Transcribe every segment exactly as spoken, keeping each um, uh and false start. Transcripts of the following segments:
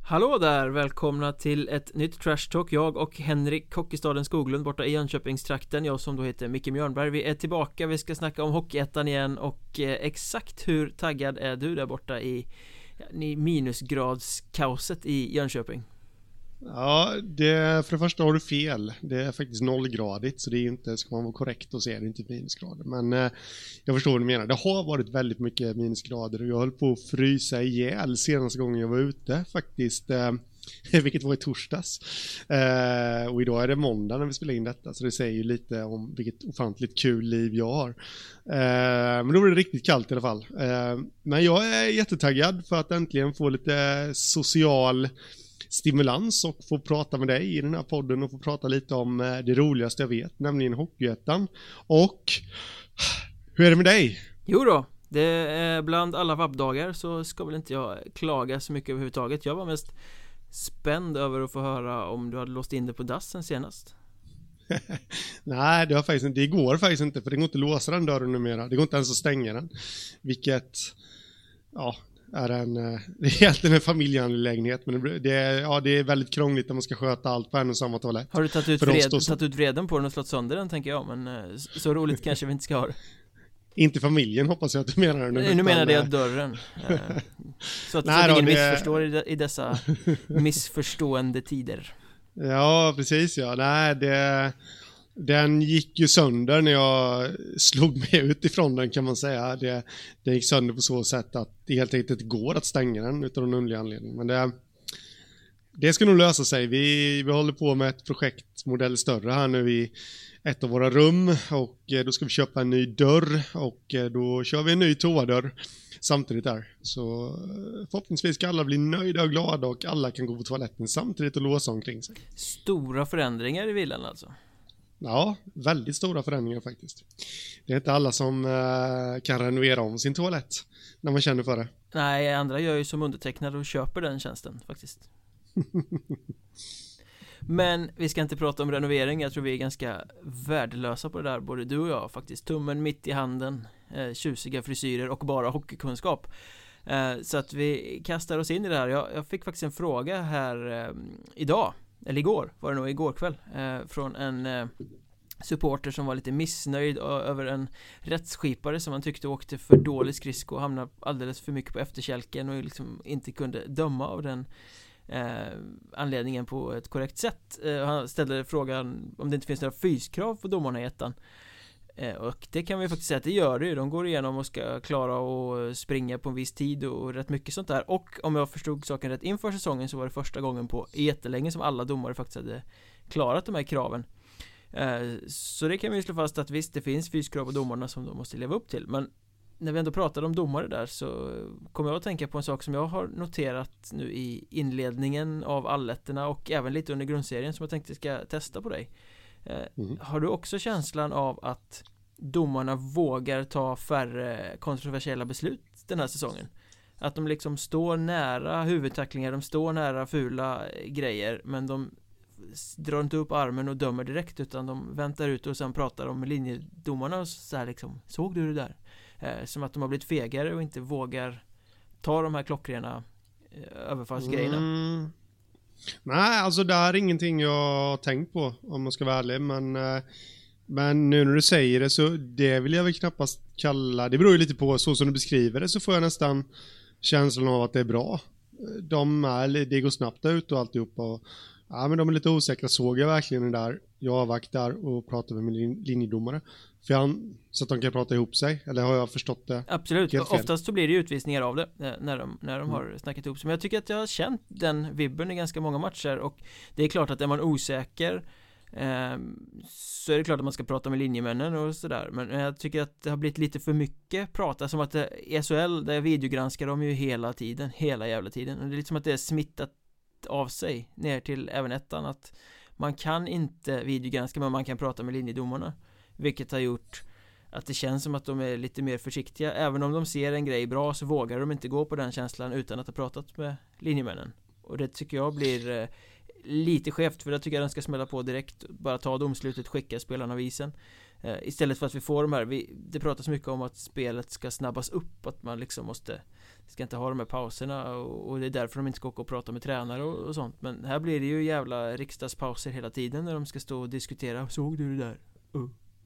Hallå där, välkomna till ett nytt Trash Talk. Jag och Henrik Hockeystaden Skoglund borta i Jönköpingstrakten. Jag som då heter Micke Mjörnberg. Vi är tillbaka, vi ska snacka om Hockeyettan igen. Och eh, exakt hur taggad är du där borta i, i minusgradskaoset i Jönköping? Ja, det, för det första har du fel. Det är faktiskt nollgradigt, så det är inte, ska man vara korrekt och säga, det är inte minusgrader. Men eh, jag förstår vad du menar. Det har varit väldigt mycket minusgrader och jag höll på att frysa ihjäl senaste gången jag var ute faktiskt. Eh, vilket var i torsdags. Eh, och idag är det måndag när vi spelar in detta, så det säger ju lite om vilket ofantligt kul liv jag har. Eh, men då var det riktigt kallt i alla fall. Eh, men jag är jättetaggad för att äntligen få lite social stimulans och få prata med dig i den här podden och få prata lite om det roligaste jag vet, nämligen Hockeyettan. Och hur är det med dig? Jo då, det är bland alla vabbdagar, så ska väl inte jag klaga så mycket överhuvudtaget. Jag var mest spänd över att få höra om du hade låst in det på dassen senast. Nej, det, har faktiskt inte, det går faktiskt inte, för det går inte att låsa den dörren numera. Det går inte ens att stänga den. Vilket, ja, är en, det är egentligen en familjeanlägenhet, men det, det, är, ja, det är väldigt krångligt när man ska sköta allt på en och samma toalett. Har du tagit ut, vred, så... tagit ut vreden på den och slått sönder den, tänker jag, men så roligt kanske vi inte ska ha det. Inte familjen, hoppas jag att du menar. Nu, nu menar jag dörren. Så att, Nej, så att ingen det... missförstår i, i dessa missförstående tider. Ja, precis, ja. Nej, det... Den gick ju sönder när jag slog mig utifrån den, kan man säga. Det, det gick sönder på så sätt att det helt enkelt inte går att stänga den utan någon underlig anledning. Men det, det ska nog lösa sig. Vi, vi håller på med ett projektmodell större här nu i ett av våra rum. Och då ska vi köpa en ny dörr och då kör vi en ny toadörr samtidigt där. Så förhoppningsvis ska alla bli nöjda och glada och alla kan gå på toaletten samtidigt och låsa omkring sig. Stora förändringar i villan alltså. Ja, väldigt stora förändringar faktiskt. Det är inte alla som uh, kan renovera om sin toalett när man känner för det. Nej, andra gör ju som undertecknade och köper den tjänsten faktiskt. Men vi ska inte prata om renovering. Jag tror vi är ganska värdelösa på det där, både du och jag faktiskt. Tummen mitt i handen, eh, tjusiga frisyrer och bara hockeykunskap. Eh, så att vi kastar oss in i det här. Jag, jag fick faktiskt en fråga här eh, idag. Eller igår, var det nog igår kväll, eh, från en eh, supporter som var lite missnöjd över en rättsskipare som han tyckte åkte för dålig skridsko och hamnade alldeles för mycket på efterkälken och liksom inte kunde döma av den eh, anledningen på ett korrekt sätt. Eh, han ställde frågan om det inte finns några fyskrav på domarna i ettan. Eh, och det kan vi faktiskt säga att det gör det ju. De går igenom och ska klara och springa på en viss tid och rätt mycket sånt där. Och om jag förstod saken rätt, inför säsongen så var det första gången på jättelänge som alla domare faktiskt hade klarat de här kraven. eh, Så det kan vi slå fast att visst, det finns fyskrav på domarna som de måste leva upp till. Men när vi ändå pratade om domare där så kommer jag att tänka på en sak som jag har noterat nu i inledningen av alletterna och även lite under grundserien som jag tänkte ska testa på dig. Mm. Har du också känslan av att domarna vågar ta färre kontroversiella beslut den här säsongen? Att de liksom står nära huvudtacklingar, de står nära fula grejer, men de drar inte upp armen och dömer direkt, utan de väntar ut och sen pratar de med linjedomarna och så här liksom, såg du det där? Eh, som att de har blivit fegare och inte vågar ta de här klockrena eh, överfallsgrejerna. Mm. Nej, alltså det är ingenting jag har tänkt på, om man ska vara ärlig, men, men nu när du säger det så det vill jag väl knappast kalla, det beror ju lite på, så som du beskriver det så får jag nästan känslan av att det är bra. De är, det går snabbt ut och alltihopa och ja, men de är lite osäkra, såg jag verkligen det där. Jag avvaktar och pratar med min linjedomare för han, så att de kan prata ihop sig, eller har jag förstått det? Absolut, oftast så blir det utvisningar av det när de, när de mm. har snackat ihop sig. Men jag tycker att jag har känt den vibben i ganska många matcher. Och det är klart att är man osäker eh, så är det klart att man ska prata med linjemännen och sådär. Men jag tycker att det har blivit lite för mycket prata. Som att E S H L, där jag videogranskar dem ju hela tiden, hela jävla tiden. Och det är lite som att det är smittat av sig ner till även ettan, att man kan inte videogranska, men man kan prata med linjedomarna, vilket har gjort att det känns som att de är lite mer försiktiga. Även om de ser en grej bra så vågar de inte gå på den känslan utan att ha pratat med linjemännen. Och det tycker jag blir eh, lite skevt, för det tycker jag den ska smälla på direkt, bara ta domslutet, skicka spelarna av isen. eh, istället för att vi får de här, vi, det pratas mycket om att spelet ska snabbas upp, att man liksom måste, ska inte ha de här pauserna, och, och det är därför de inte ska åka och prata med tränare och, och sånt. Men här blir det ju jävla riksdagspauser hela tiden när de ska stå och diskutera. Såg du det där? Uh.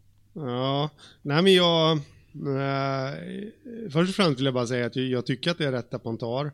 Ja, nej men jag eh, först och främst vill jag bara säga att jag, jag tycker att det är rätt att man tar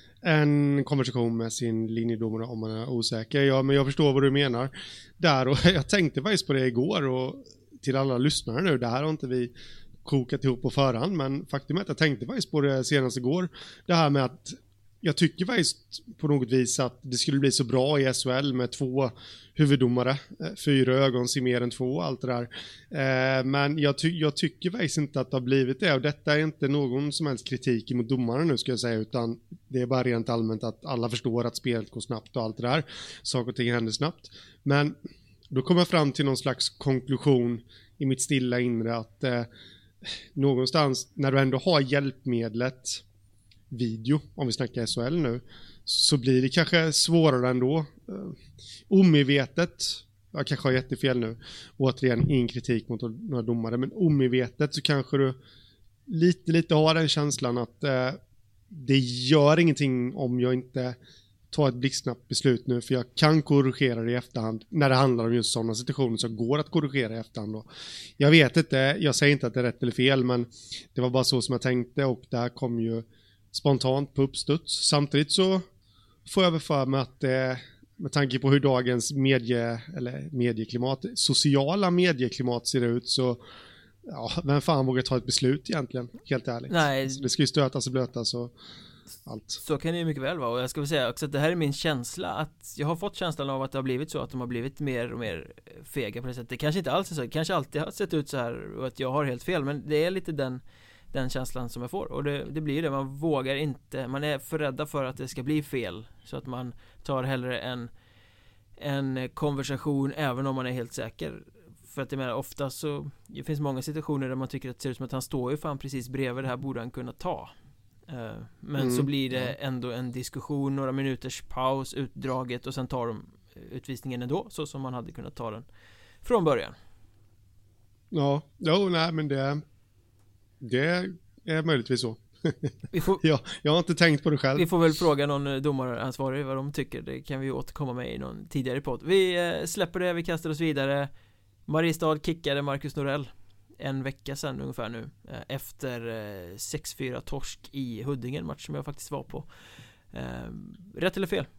en konversation med sin linjedomare om man är osäker. Ja, men jag förstår vad du menar där, och jag tänkte faktiskt på det igår, och till alla lyssnare nu, det här har inte vi kokat ihop på förhand, men faktum är att jag tänkte faktiskt på det senast igår, det här med att jag tycker faktiskt på något vis att det skulle bli så bra i S H L med två huvuddomare, fyra ögon ser mer än två, allt det där. Eh, men jag, ty- jag tycker faktiskt inte att det har blivit det, och detta är inte någon som helst kritik mot domarna nu ska jag säga, utan det är bara rent allmänt att alla förstår att spelet går snabbt och allt det där. Saker och ting händer snabbt. Men då kommer jag fram till någon slags konklusion i mitt stilla inre att eh, någonstans när du ändå har hjälpmedlet video, om vi snackar S H L nu, så blir det kanske svårare ändå. Uh, omedvetet, jag kanske har jättefel nu, återigen ingen kritik mot några domare, men omedvetet så kanske du lite lite har den känslan att uh, det gör ingenting om jag inte tar ett blixtsnabbt beslut nu, för jag kan korrigera det i efterhand när det handlar om just sådana situationer så går att korrigera i efterhand då. Jag vet inte, jag säger inte att det är rätt eller fel, men det var bara så som jag tänkte, och det här kom ju spontant på uppstuds. Samtidigt så får jag väl för mig att eh, med tanke på hur dagens medie, eller medieklimat, sociala medieklimat ser ut, så ja, vem fan vågar ta ett beslut egentligen, helt ärligt. Nej. Det ska ju stötas och blötas och allt. Så kan det ju mycket väl vara, och jag ska väl säga också att det här är min känsla, att jag har fått känslan av att det har blivit så, att de har blivit mer och mer fega på det sättet. Det kanske inte alls är så, det kanske alltid har sett ut så här och att jag har helt fel, men det är lite den den känslan som jag får, och det, det blir det, man vågar inte, man är för rädda för att det ska bli fel, så att man tar hellre en en konversation även om man är helt säker. För att jag menar, ofta så det finns många situationer där man tycker att det ser ut som att han står ju fan precis bredvid, det här borde han kunna ta. Uh, men mm. så blir det ändå en diskussion, några minuters paus, utdraget, och sen tar de utvisningen ändå, så som man hade kunnat ta den från början. Ja, jo, nej men det det är möjligtvis så. Vi får, ja, jag har inte tänkt på det själv. Vi får väl fråga någon domaransvarig vad de tycker. Det kan vi återkomma med i någon tidigare podd. Vi eh, släpper det, vi kastar oss vidare. Mariestad kickade Marcus Norell en vecka sedan ungefär nu, eh, efter eh, sex fyra torsk i Huddinge, en match som jag faktiskt var på. eh, Rätt eller fel?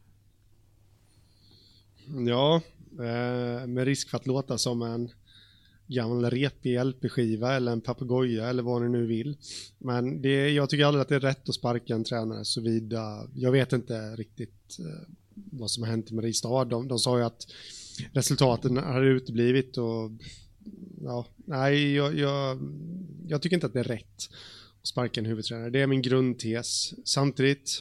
Ja, eh, med risk för att låta som en gammal repig L P-skiva eller en papegoja eller vad ni nu vill. Men det, jag tycker aldrig att det är rätt att sparka en tränare, så vida, jag vet inte riktigt eh, vad som har hänt i Mariestad. De, de sa ju att resultaten hade uteblivit, och ja, nej, jag, jag, jag tycker inte att det är rätt att sparka en huvudtränare. Det är min grundtes. Samtidigt,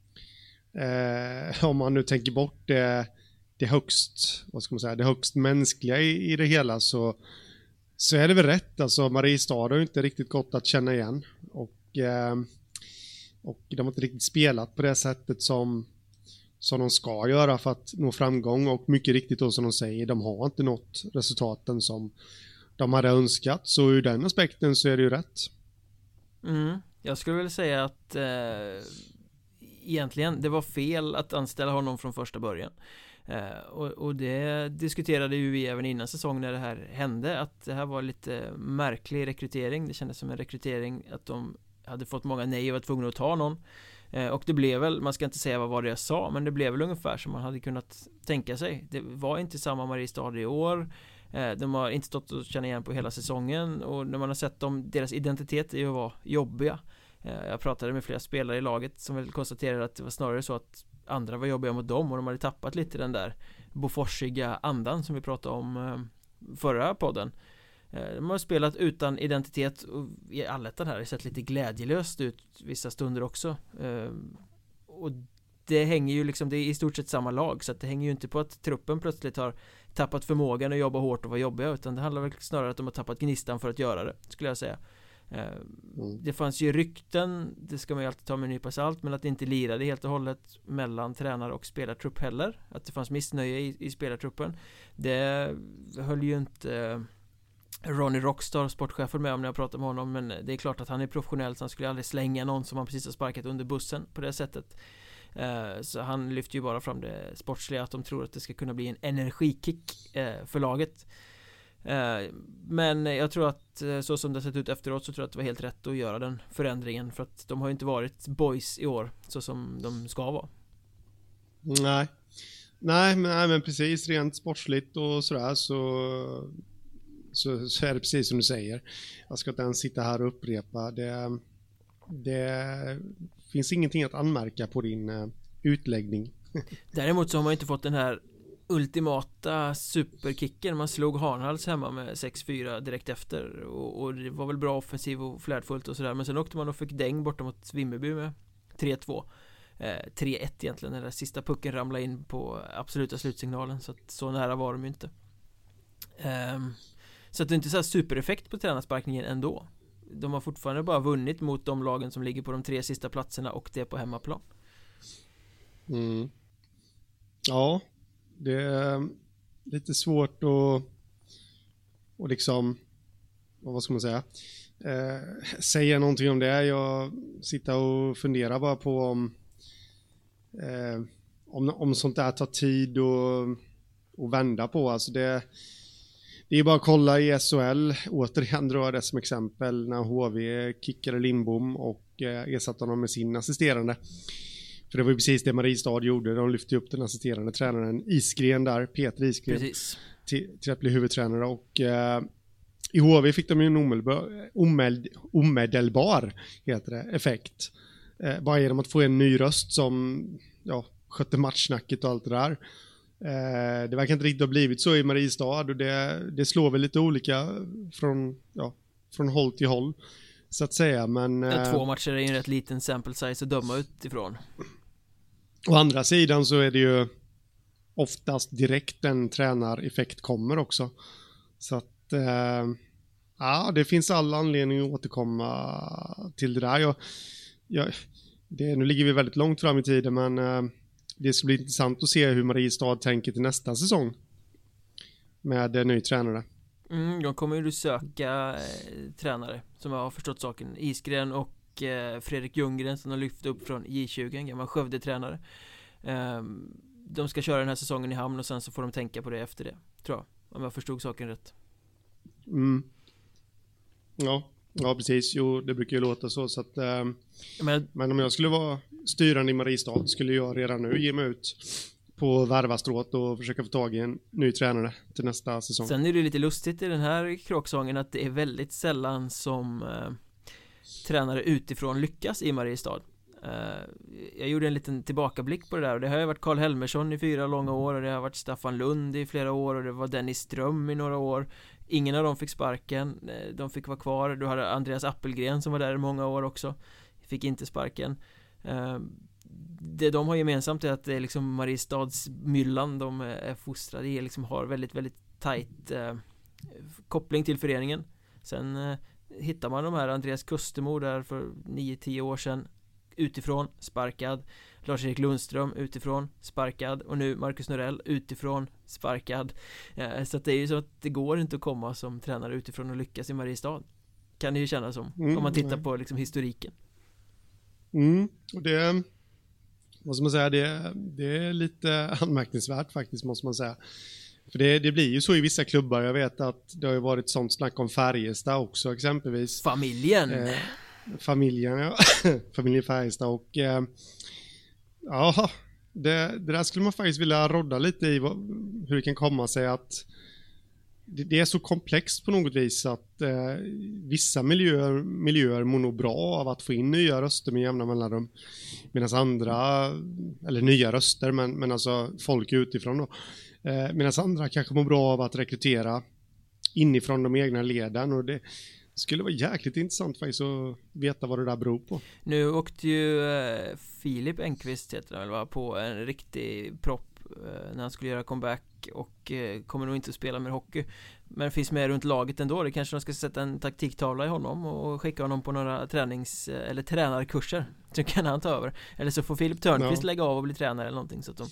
eh, om man nu tänker bort det, det högst, vad ska man säga, det högst mänskliga i, i det hela, så så är det väl rätt. Alltså Mariestad har ju inte riktigt gått att känna igen, och, eh, och de har inte riktigt spelat på det sättet som, som de ska göra för att nå framgång, och mycket riktigt då som de säger, de har inte nått resultaten som de hade önskat, så ur den aspekten så är det ju rätt. Mm, jag skulle väl säga att eh, egentligen det var fel att anställa honom från första början. Uh, och, och det diskuterade ju vi även innan säsongen när det här hände, att det här var lite märklig rekrytering. Det kändes som en rekrytering att de hade fått många nej och var tvungna att ta någon. uh, Och det blev väl, man ska inte säga vad var det jag sa, men det blev väl ungefär som man hade kunnat tänka sig. Det var inte samma Mariestad i år. uh, De har inte stått och känna igen på hela säsongen, och när man har sett dem, deras identitet är ju att vara jobbiga. uh, Jag pratade med flera spelare i laget som väl konstaterade att det var snarare så att andra var jobbiga mot dem, och de hade tappat lite den där boforsiga andan som vi pratade om eh, förra podden. eh, De har spelat utan identitet, och i allettan här har det sett lite glädjelöst ut vissa stunder också. eh, Och det hänger ju liksom, det är i stort sett samma lag, så att det hänger ju inte på att truppen plötsligt har tappat förmågan att jobba hårt och vara jobbiga, utan det handlar väl snarare om att de har tappat gnistan för att göra det, skulle jag säga. Mm. Det fanns ju rykten, det ska man ju alltid ta med en nypa salt, men att det inte lirade helt och hållet mellan tränare och spelartrupp heller, att det fanns missnöje i, i spelartruppen. Det höll ju inte Ronny Rockstar, sportchefen, med om när jag pratar med honom. Men det är klart att han är professionell, så han skulle aldrig slänga någon som han precis har sparkat under bussen på det sättet. uh, Så han lyfter ju bara fram det sportsliga, att de tror att det ska kunna bli en energikick uh, för laget. uh, Men jag tror att uh, så som det sett ut efteråt, så tror jag att det var helt rätt att göra den förändringen. För att de har ju inte varit boys i år så som de ska vara. Nej Nej, men, nej, men precis, rent sportsligt och sådär så, så, så är det precis som du säger. Jag ska inte ens sitta här och upprepa. Det, det finns ingenting att anmärka på din uh, utläggning. Däremot så har man inte fått den här ultimata superkicken. Man slog Hanhals hemma med sex fyra direkt efter, och, och det var väl bra offensiv och flärdfullt och sådär. Men sen åkte man och fick däng borta mot Vimmerby med tre två. Eh, tre ett egentligen, när den sista pucken ramlade in på absoluta slutsignalen. Så att så nära var de ju inte. eh, Så att det är inte så här supereffekt på tränarsparkningen ändå. De har fortfarande bara vunnit mot de lagen som ligger på de tre sista platserna, och det på hemmaplan. Mm. Ja, det är lite svårt att och liksom, vad ska man säga, eh, säga någonting om det. Jag sitter och funderar bara på om Eh, om, om sånt där tar tid och, och vända på. Alltså det, det är bara att kolla i S H L. Återigen drar jag det som exempel när H V kickade Lindbom och eh, ersatte honom med sin assisterande. För det var ju precis det Mariestad gjorde. De lyfte upp den assisterande tränaren Isgren där, Peter Isgren, Precis. Till, till att bli huvudtränare. Och eh, i H V fick de ju en omedelbar, omed, omedelbar heter det, effekt. Eh, bara genom att få en ny röst som ja, skötte matchsnacket och allt det där. Eh, det verkar inte riktigt ha blivit så i Mariestad, och det, det slår väl lite olika från, ja, från håll till håll så att säga. Men, eh, ja, två matcher är ju en rätt liten sample size att döma utifrån. Å andra sidan så är det ju oftast direkt en tränareffekt kommer också. Så att eh, ja, det finns all anledning att återkomma till det där. Jag Ja, det, nu ligger vi väldigt långt fram i tiden, men eh, det ska bli intressant att se hur Mariestad tänker till nästa säsong med eh, ny tränare. Mm, de kommer ju söka eh, tränare, som jag har förstått saken. Isgren och eh, Fredrik Ljunggren, som de lyfte upp från J tjugo, en gammal Skövde-tränare. Eh, de ska köra den här säsongen i hamn, och sen så får de tänka på det efter det, tror jag, om jag förstod saken rätt. Mm. Ja. Ja, precis. Jo, det brukar ju låta så. så att, eh, men, men om jag skulle vara styrande i Mariestad skulle jag redan nu ge mig ut på värvastrået och försöka få tag i en ny tränare till nästa säsong. Sen är det lite lustigt i den här kråksången att det är väldigt sällan som eh, tränare utifrån lyckas i Mariestad. Eh, jag gjorde en liten tillbakablick på det där, och det har ju varit Karl Helmersson i fyra långa år, och det har varit Staffan Lund i flera år, och det var Dennis Ström i några år. Ingen av dem fick sparken, de fick vara kvar. Du hade Andreas Appelgren som var där i många år också, fick inte sparken. Det de har gemensamt är att det är liksom Mariestads myllan de är fostrade i, liksom har väldigt, väldigt tajt eh, koppling till föreningen. Sen eh, hittar man de här Andreas Kustermo där för nio tio år sedan, utifrån, sparkad. Lars-Erik Lundström utifrån, sparkad. Och nu Marcus Norell utifrån, sparkad. eh, Så att det är ju så att det går inte att komma som tränare utifrån och lyckas i Mariestad, kan det ju kännas som, mm, om man tittar nej. på liksom historiken. Mm, och det, vad ska man säga, det, det är lite anmärkningsvärt faktiskt, måste man säga. För det, det blir ju så i vissa klubbar. Jag vet att det har ju varit sånt snack om Färjestad också exempelvis. Familjen. Eh, familjen, ja. Familjen Färjestad och eh, ja, det, det där skulle man faktiskt vilja rodda lite i, vad, hur det kan komma sig att det, det är så komplext på något vis att eh, vissa miljöer, miljöer mår nog bra av att få in nya röster med jämna mellanrum, medan andra, eller nya röster, men, men alltså folk utifrån då, eh, medan andra kanske mår bra av att rekrytera inifrån de egna leden, och det skulle vara jäkligt intressant faktiskt att veta vad det där beror på. Nu åkte ju eh, Filip Enqvist heter han, var på en riktig propp eh, när han skulle göra comeback, och eh, kommer nog inte att spela mer hockey, men finns med runt laget ändå. Det kanske de ska sätta en taktiktavla i honom och skicka honom på några tränings- eller tränarkurser, så kan han ta över. Eller så får Filip Törnqvist ja. lägga av och bli tränare eller någonting, så att de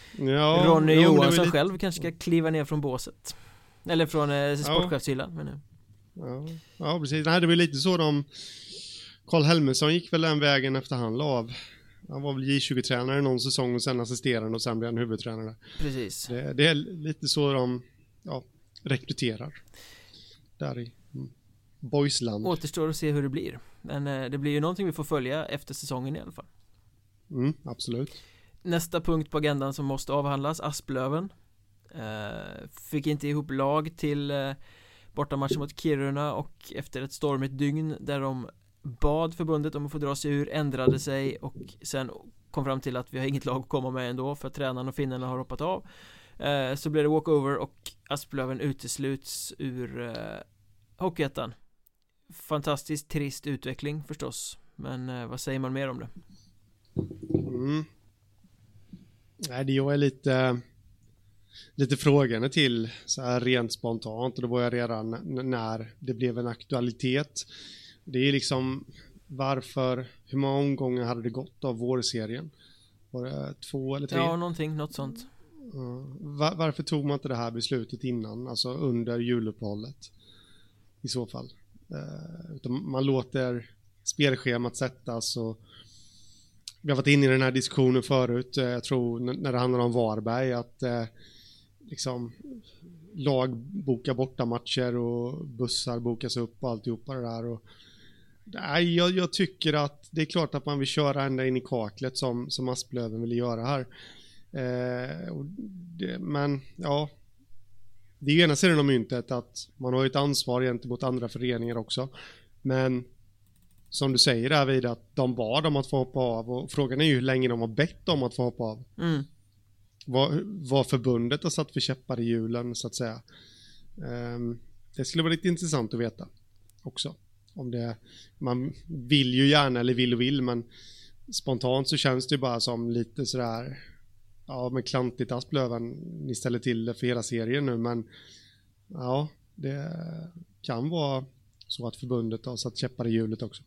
ja, Ronny jo, Johansson lite... själv kanske ska kliva ner från båset. Eller från eh, sportchefshyllan, men nu. Ja, ja precis. Nej, det var lite så de... Carl Helmersson gick väl den vägen efter han la av. Han var väl J tjugo-tränare någon säsong och sen assisterande och sen blev han huvudtränare. Precis. Det, det är lite så de ja, rekryterar. Där i Boysland. Återstår att se hur det blir. Men eh, det blir ju någonting vi får följa efter säsongen i alla fall. Mm, absolut. Nästa punkt på agendan som måste avhandlas, Asplöven. Eh, fick inte ihop lag till eh, bortamatchen mot Kiruna och efter ett stormigt dygn där de bad förbundet om att få dra sig ur, ändrade sig och sen kom fram till att vi har inget lag att komma med ändå för att tränaren och finnarna har hoppat av. Eh, så blev det walkover och Asplöven utesluts ur eh, Hockeyettan. Fantastiskt trist utveckling förstås. Men eh, vad säger man mer om det? Mm. Nej, det jag är lite lite frågande till så här rent spontant och det var jag redan n- när det blev en aktualitet. Det är liksom varför, hur många omgångar hade det gått av vårserien? Var det två eller tre? Ja, någonting, något sånt. Uh, var, varför tog man inte det här beslutet innan, alltså under juluppehållet i så fall? Uh, utan man låter spelschemat sättas och vi har varit inne i den här diskussionen förut, uh, jag tror n- när det handlar om Varberg att uh, liksom lag bokar borta matcher och bussar bokas upp och alltihopa det där och nej, jag, jag tycker att det är klart att man vill köra ända in i kaklet som, som Asplöven vill göra här. Eh, och det, men ja, det är ju ena sidan av myntet att man har ett ansvar gentemot andra föreningar också. Men som du säger där vid att de bad om att få hoppa av och frågan är ju hur länge de har bett om att få hoppa av. Mm. Vad, vad förbundet har satt för käppar i hjulen så att säga. Eh, det skulle vara lite intressant att veta också. Om det, man vill ju gärna eller vill och vill men spontant så känns det ju bara som lite sådär ja men klantigt Asplöven ni ställer till det för hela serien nu men ja det kan vara så att förbundet har satt käppar i hjulet också.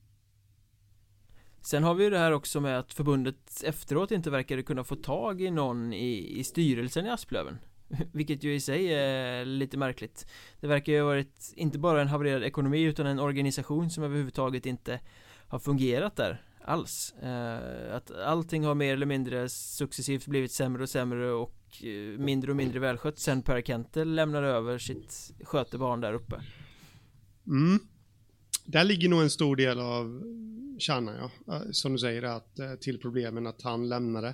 Sen har vi ju det här också med att förbundet efteråt inte verkade kunna få tag i någon i, i styrelsen i Asplöven. Vilket ju i sig är lite märkligt. Det verkar ju ha varit inte bara en havererad ekonomi utan en organisation som överhuvudtaget inte har fungerat där alls. Eh, att allting har mer eller mindre successivt blivit sämre och sämre och eh, mindre och mindre välskött sen Per Kentel lämnade över sitt skötebarn där uppe. Mm. Där ligger nog en stor del av kärnan, ja. Som du säger att, till problemen att han lämnade.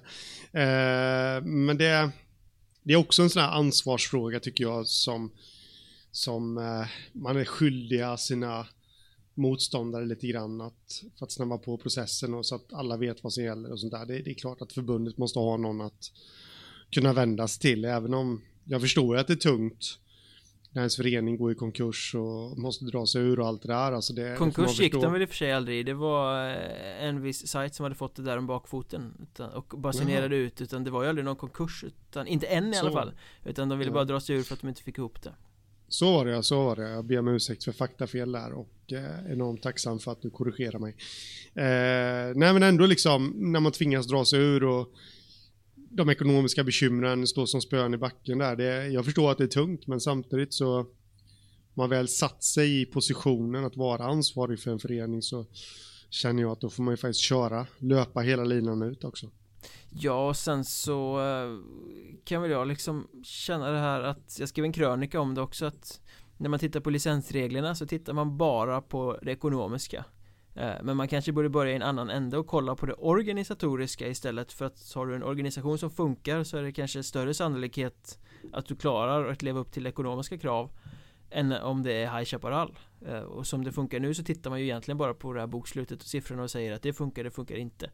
Eh, men det Det är också en sån här ansvarsfråga tycker jag som, som eh, man är skyldiga sina motståndare lite grann att, för att snabba på processen och så att alla vet vad som gäller och sånt där. Det, det är klart att förbundet måste ha någon att kunna vändas till även om jag förstår att det är tungt när ens förening går i konkurs och måste dra sig ur och allt det där. Alltså det, konkurs det gick de väl i och för sig aldrig. Det var en viss sajt som hade fått det där om bakfoten utan, och basunerade mm. ut utan det var ju aldrig någon konkurs utan, inte än i så. Alla fall utan de ville ja. bara dra sig ur för att de inte fick ihop det. Så var det, så var det. Jag ber om ursäkt för faktafel där och eh, enormt tacksam för att du korrigerar mig. Eh, nej men ändå liksom när man tvingas dra sig ur och de ekonomiska bekymren står som spön i backen där. Det, jag förstår att det är tungt men samtidigt så man väl satt sig i positionen att vara ansvarig för en förening så känner jag att då får man ju faktiskt köra, löpa hela linan ut också. Ja, och sen så kan väl jag liksom känna det här att jag skrev en krönika om det också att när man tittar på licensreglerna så tittar man bara på det ekonomiska. Men man kanske borde börja i en annan ände och kolla på det organisatoriska istället för att har du en organisation som funkar så är det kanske större sannolikhet att du klarar att leva upp till ekonomiska krav än om det är High Chaparral. Och som det funkar nu så tittar man ju egentligen bara på det här bokslutet och siffrorna och säger att det funkar, det funkar inte.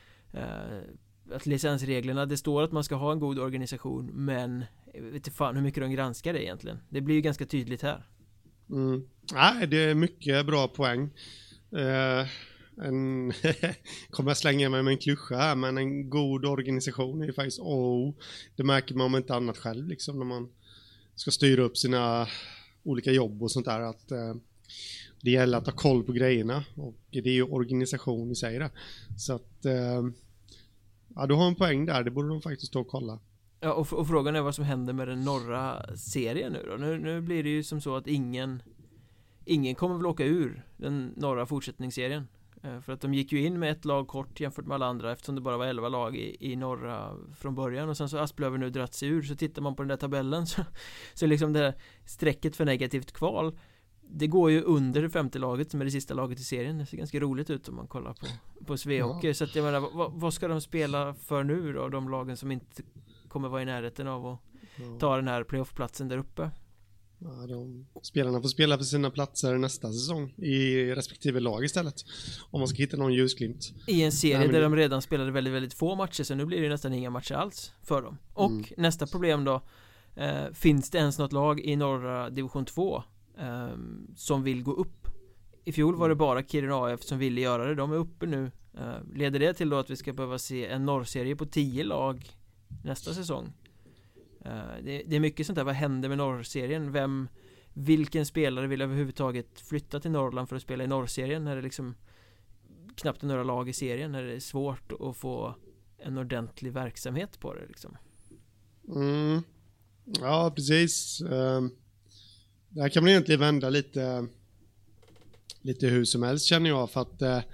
Att licensreglerna, det står att man ska ha en god organisation men jag vet inte fan hur mycket de granskar det egentligen. Det blir ju ganska tydligt här. Mm. Ja, det är mycket bra poäng. Uh, en kommer jag slänga mig med en klyscha här men en god organisation är ju faktiskt oh, det märker man om inte annat själv liksom när man ska styra upp sina olika jobb och sånt där att uh, det gäller att ha koll på grejerna och det är ju organisation i sig där. Så att uh, ja, du har en poäng där, det borde de faktiskt stå och kolla. Ja, och, och frågan är vad som händer med den norra serien nu då. Nu, nu blir det ju som så att ingen ingen kommer väl åka ur den norra fortsättningsserien. För att de gick ju in med ett lag kort jämfört med alla andra, eftersom det bara var elva lag i, i norra från början. Och sen så Asplöven nu dratt sig ur. Så tittar man på den där tabellen så, så liksom det strecket för negativt kval, det går ju under det femte laget som är det sista laget i serien. Det ser ganska roligt ut om man kollar på, på Svehockey. Ja. Så att jag menar, vad, vad ska de spela för nu då? De lagen som inte kommer vara i närheten av att ja. ta den här playoffplatsen där uppe. Ja, de, spelarna får spela för sina platser nästa säsong i respektive lag istället, om man ska hitta någon ljusglimt i en serie. Nej, där det... de redan spelade väldigt, väldigt få matcher, så nu blir det nästan inga matcher alls för dem. Och mm. nästa problem då, eh, finns det ens något lag i norra division två eh, som vill gå upp? I fjol var det bara Kiruna A F som ville göra det. De är uppe nu. eh, Leder det till då att vi ska behöva se en norrserie på tio lag nästa säsong? Det, det är mycket sånt där. Vad händer med norrserien? Vem, vilken spelare vill överhuvudtaget flytta till Norrland för att spela i norrserien när det liksom knappt är några lag i serien, när det är svårt att få en ordentlig verksamhet på det liksom. Mm. Ja, precis. Det här kan man egentligen vända lite lite hur som helst, känner jag, för att eh,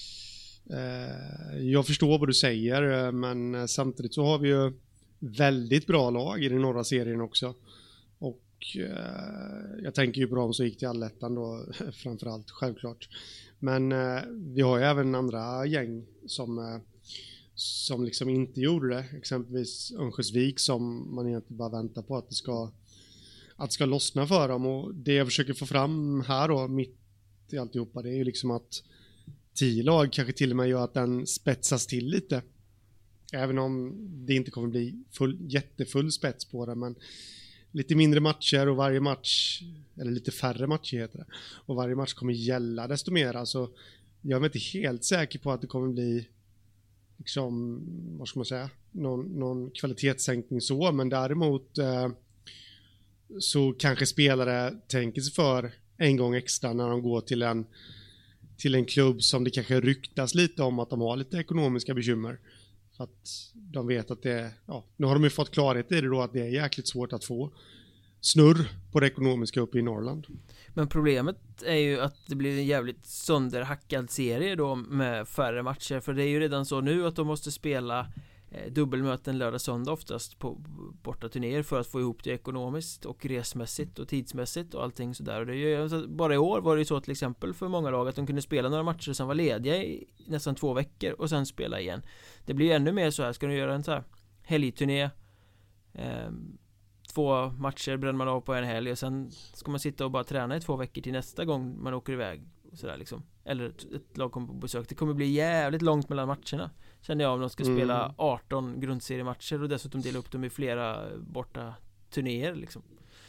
jag förstår vad du säger, men samtidigt så har vi ju väldigt bra lag i den norra serien också. Och eh, jag tänker ju på dem som gick till Allettan då framförallt, självklart. Men eh, vi har ju även andra gäng som, eh, som liksom inte gjorde det. Exempelvis Örnsköldsvik, som man egentligen bara väntar på att det ska, att det ska lossna för dem. Och det jag försöker få fram här då, mitt i alltihopa, det är ju liksom att tio lag kanske till och med gör att den spetsas till lite. Även om det inte kommer bli full, jättefull spets på det, men lite mindre matcher och varje match, eller lite färre matcher heter det, och varje match kommer gälla desto mer. Alltså, jag är inte helt säker på att det kommer bli liksom, vad ska man säga, någon, någon kvalitetssänkning så, men däremot eh, så kanske spelare tänker sig för en gång extra när de går till en till en klubb som det kanske ryktas lite om att de har lite ekonomiska bekymmer. För att de vet att det, ja, nu har de ju fått klarhet i det då, att det är jäkligt svårt att få snurr på det ekonomiska uppe i Norrland. Men problemet är ju att det blir en jävligt sönderhackad serie då med färre matcher. För det är ju redan så nu att de måste spela eh, dubbelmöten lördag söndag oftast på borta turnéer för att få ihop det ekonomiskt och resmässigt och tidsmässigt och allting sådär. Och det är ju, bara i år var det ju så till exempel för många lag att de kunde spela några matcher som var lediga i nästan två veckor och sen spela igen. Det blir ju ännu mer så här, ska du göra en så här helgturné, eh, två matcher bränner man av på en helg och sen ska man sitta och bara träna i två veckor till nästa gång man åker iväg och sådär liksom. Eller ett, ett lag kommer på besök. Det kommer bli jävligt långt mellan matcherna, känner jag, om de ska mm. spela arton grundseriematcher och dessutom dela upp dem i flera borta turnéer liksom.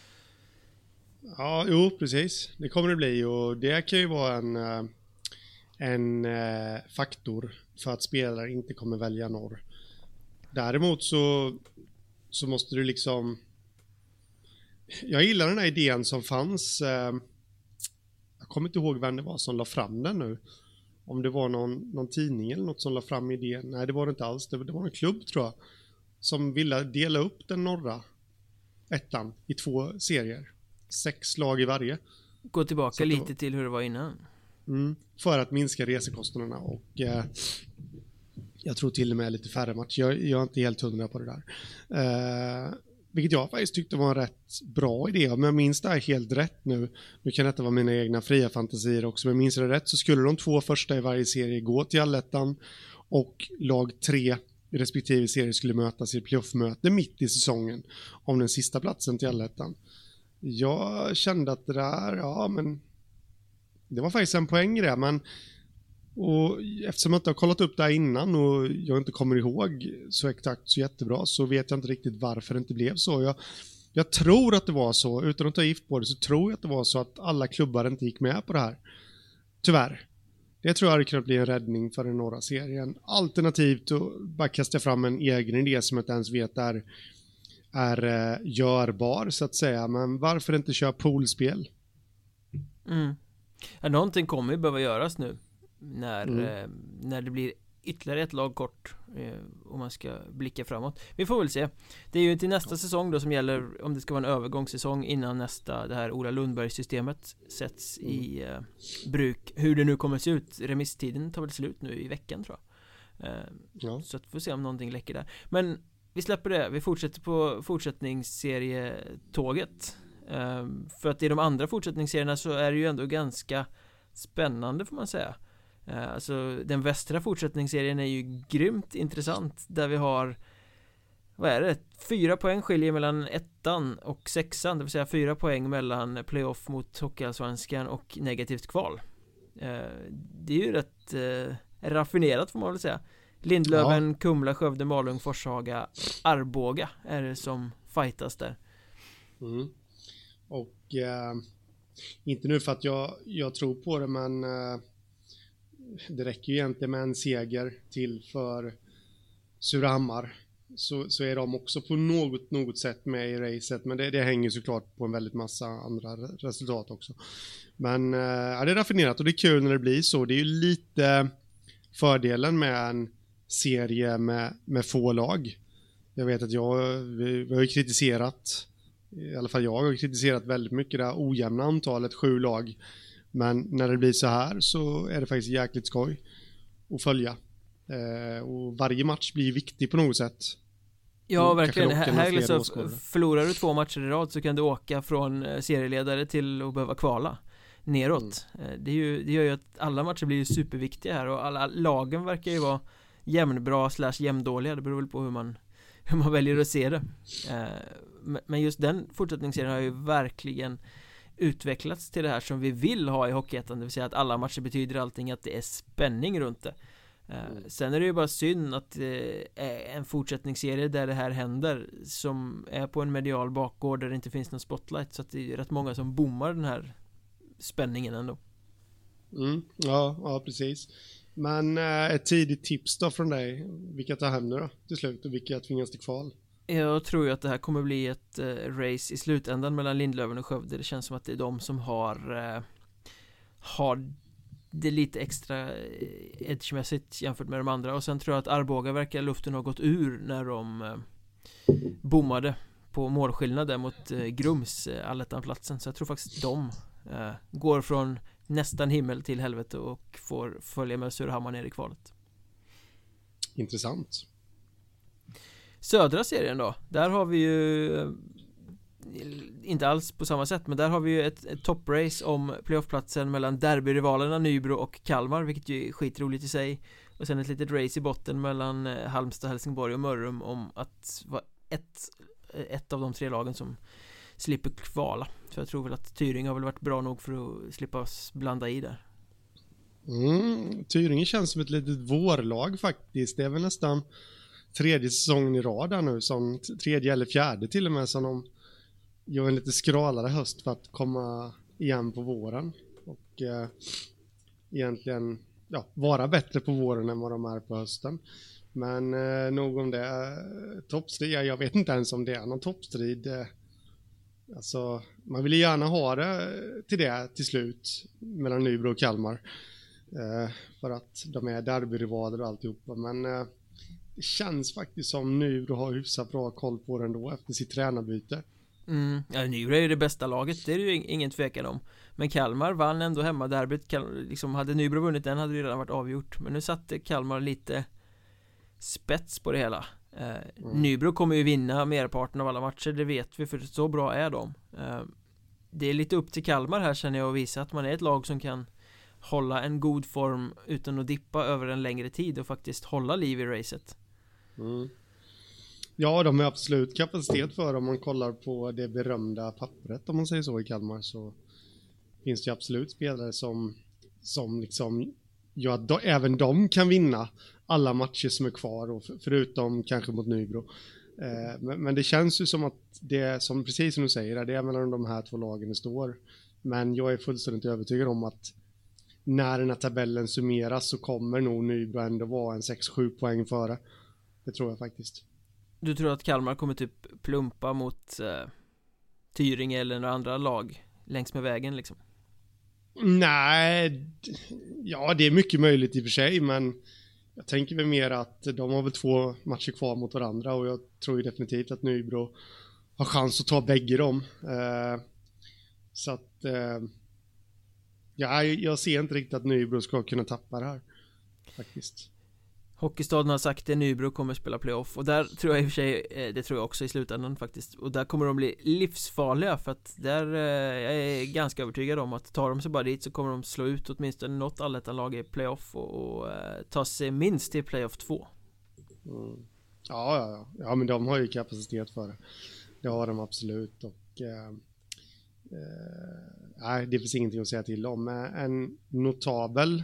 Ja, jo, precis. Det kommer det bli, och det kan ju vara en en faktor för att spelare inte kommer välja norr. Däremot så så måste du liksom, jag gillar den här idén som fanns, jag kommer inte ihåg vem det var som la fram den nu, om det var någon, någon tidning eller något som la fram idén. Nej, det var det inte alls, det var, det var en klubb tror jag som ville dela upp den norra ettan i två serier, sex lag i varje. Gå tillbaka lite var, till hur det var innan. Mm, för att minska resekostnaderna och eh, jag tror till och med lite färre matcher. Jag, jag är inte helt hundra på det där. Eh, vilket jag faktiskt tyckte var en rätt bra idé. Om jag minns det här helt rätt nu, nu kan detta vara mina egna fria fantasier också, men jag minns det rätt så skulle de två första i varje serie gå till Allettan och lag tre i respektive serie skulle mötas i playoff-möte mitt i säsongen om den sista platsen till Allettan. Jag kände att det där, ja men det var faktiskt en poäng i det, men och eftersom jag inte har kollat upp det här innan och jag inte kommer ihåg så exakt så jättebra, så vet jag inte riktigt varför det inte blev så. Jag, jag tror att det var så, utan att ta gift på det, så tror jag att det var så att alla klubbar inte gick med på det här. Tyvärr. Det tror jag hade kunnat bli en räddning för den norra serien. Alternativt att bara kasta fram en egen idé som jag inte ens vet är, är uh, görbar så att säga. Men varför inte köra poolspel? Mm. Ja, någonting kommer ju behöva göras nu när, mm. eh, när det blir ytterligare ett lag kort eh, om man ska blicka framåt. Vi får väl se. Det är ju till nästa säsong då som gäller om det ska vara en övergångssäsong innan nästa, det här Ola Lundberg-systemet sätts mm. i eh, bruk. Hur det nu kommer se ut. Remisstiden tar väl slut nu i veckan tror jag. Eh, ja. Så att vi får se om någonting läcker där. Men vi släpper det. Vi fortsätter på fortsättningsserietåget. Eh, för att i de andra fortsättningsserierna så är det ju ändå ganska spännande får man säga. Alltså den västra fortsättningsserien är ju grymt intressant där vi har vad är det? Fyra poäng skiljer mellan ettan och sexan, det vill säga fyra poäng mellan playoff mot Hockeyallsvenskan och negativt kval. Det är ju rätt raffinerat får man väl säga. Lindlöven, ja. Kumla, Skövde, Malung, Forshaga, Arboga är det som fightas där. Mm. Och eh, inte nu för att jag, jag tror på det men eh, det räcker ju egentligen med en seger till för Surahammar så, så är de också på något, något sätt med i racet men det, det hänger såklart på en väldigt massa andra resultat också men äh, ja, det är raffinerat och det är kul när det blir så. Det är ju lite fördelen med en serie med, med få lag. Jag vet att jag vi, vi har ju kritiserat i alla fall jag har kritiserat väldigt mycket det här ojämna antalet sju lag. Men när det blir så här så är det faktiskt jäkligt skoj att följa. Eh, och varje match blir viktig på något sätt. Ja, verkligen. Här, här så förlorar du två matcher i rad så kan du åka från serieledare till att behöva kvala neråt. Mm. Det, är ju, det gör ju att alla matcher blir ju superviktiga här och alla lagen verkar ju vara jämnbra slash jämndåliga. Det beror väl på hur man, hur man väljer att se det. Eh, men just den fortsättningsserien har ju verkligen utvecklats till det här som vi vill ha i Hockeyettan, det vill säga att alla matcher betyder allting, att det är spänning runt det. Mm. Sen är det ju bara synd att det är en fortsättningsserie där det här händer som är på en medial bakgård där det inte finns någon spotlight, så att det är rätt många som bommar den här spänningen ändå. Mm, ja, ja, precis. Men äh, ett tidigt tips då från dig, vilka tar hem nu då till slut och vilka tvingas till kval? Jag tror ju att det här kommer bli ett uh, race i slutändan mellan Lindlöven och Skövde. Det känns som att det är de som har uh, har det lite extra edgemässigt jämfört med de andra. Och sen tror jag att Arboga verkar luften ha gått ur när de uh, bommade på målskillnaden mot uh, Grums uh, allettanplatsen. Så jag tror faktiskt de uh, går från nästan himmel till helvete och får följa med Surahammar ner i kvalet. Intressant. Södra serien då, där har vi ju inte alls på samma sätt, men där har vi ju ett, ett topprace om playoffplatsen mellan derbyrivalerna Nybro och Kalmar, vilket ju är skitroligt i sig. Och sen ett litet race i botten mellan Halmstad, Helsingborg och Mörrum om att vara ett, ett av de tre lagen som slipper kvala. Så jag tror väl att Tyring har väl varit bra nog för att slippa blanda i där. Mm, Tyringen känns som ett litet vårlag faktiskt. Det är väl nästan tredje säsongen i rad där nu, som tredje eller fjärde till och med, som de gör en lite skralare höst för att komma igen på våren och eh, egentligen ja, vara bättre på våren än vad de är på hösten. Men eh, nog om det eh, toppstrid, ja, jag vet inte ens om det är någon toppstrid. Eh, alltså, man vill ju gärna ha det till det till slut mellan Nybro och Kalmar eh, för att de är derbyrivaler och alltihopa, men eh, det känns faktiskt som Nybro har hyfsat bra koll på den då efter sitt tränarbyte. Mm, ja, Nybro är ju det bästa laget, det är ju ingen tvekan om. Men Kalmar vann ändå hemma derbyt. Liksom, hade Nybro vunnit den hade det redan varit avgjort. Men nu satte Kalmar lite spets på det hela. eh, mm. Nybro kommer ju vinna merparten av alla matcher, det vet vi, för så bra är de. eh, Det är lite upp till Kalmar här, känner jag, att visa att man är ett lag som kan hålla en god form utan att dippa över en längre tid och faktiskt hålla liv i racet. Mm. Ja, de har absolut kapacitet för, om man kollar på det berömda pappret, om man säger så, i Kalmar, så finns det absolut spelare som, som liksom, ja, att då, även de kan vinna alla matcher som är kvar, och för, förutom kanske mot Nybro. Eh, men, men det känns ju som att det, som precis som du säger, det är mellan de här två lagen det står. Men jag är fullständigt övertygad om att när den här tabellen summeras så kommer nog Nybro ändå vara en sex sju poäng före. Det tror jag faktiskt. Du tror att Kalmar kommer typ plumpa mot eh, Tyringe eller några andra lag längs med vägen liksom? Nej, ja, det är mycket möjligt i och för sig, men jag tänker väl mer att de har väl två matcher kvar mot varandra och jag tror ju definitivt att Nybro har chans att ta bägge dem. Eh, så att eh, ja, jag ser inte riktigt att Nybro ska kunna tappa det här faktiskt. Hockeystaden har sagt att Nybro kommer spela playoff och där tror jag i och för sig, det tror jag också i slutändan faktiskt, och där kommer de bli livsfarliga för att där jag är ganska övertygad om att tar de sig bara dit så kommer de slå ut åtminstone något allettanlag i playoff och, och ta sig minst till playoff två. Mm. Ja, ja, ja. Ja, men de har ju kapacitet för det. Det har de absolut och eh, eh, nej, det finns ingenting att säga till om. En notabel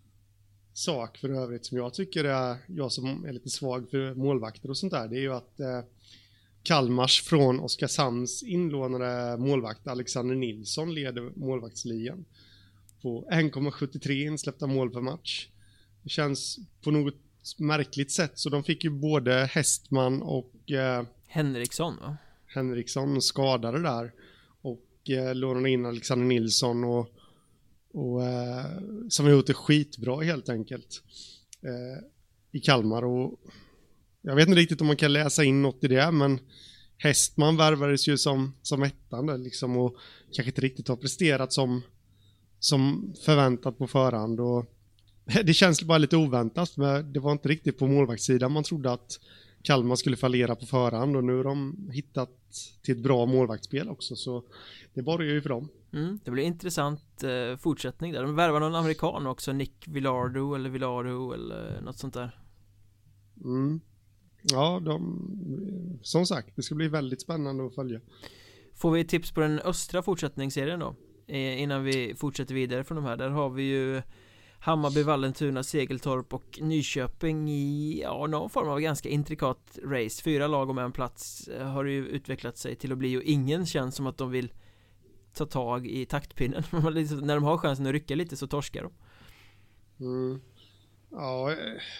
sak för övrigt som jag tycker är, jag som är lite svag för målvakter och sånt där, det är ju att eh, Kalmars från Oskarshamns inlånade målvakt Alexander Nilsson leder målvaktsligan på en komma sjuttiotre insläppta mål per match. Det känns på något märkligt sätt, så de fick ju både Hästman och eh, Henriksson va? Henriksson skadade där och eh, lånade in Alexander Nilsson och och eh, som har gjort det skitbra helt enkelt eh, i Kalmar, och jag vet inte riktigt om man kan läsa in något i det, men Hästman värvades ju som, som ettande liksom, och kanske inte riktigt har presterat som, som förväntat på förhand, och det känns bara lite oväntat, men det var inte riktigt på målvaktssidan man trodde att Kalmar skulle fallera på förhand, och nu har de hittat till ett bra målvaktsspel också, så det borgar ju för dem. Mm, det blir intressant eh, fortsättning där. De värvar någon amerikan också, Nick Villardo eller Villardo eller något sånt där. Mm. Ja, de, som sagt, det ska bli väldigt spännande att följa. Får vi tips på den östra fortsättningsserien då? Eh, innan vi fortsätter vidare från de här. Där har vi ju Hammarby, Vallentuna, Segeltorp och Nyköping i ja, någon form av ganska intrikat race. Fyra lag om en plats har ju utvecklat sig till att bli, och ingen känns som att de vill ta tag i taktpinnen. När de har chansen att rycka lite så torskar de. Mm. Ja,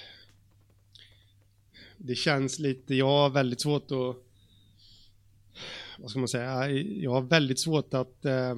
det känns lite, jag har väldigt svårt att, vad ska man säga, jag har väldigt svårt att eh,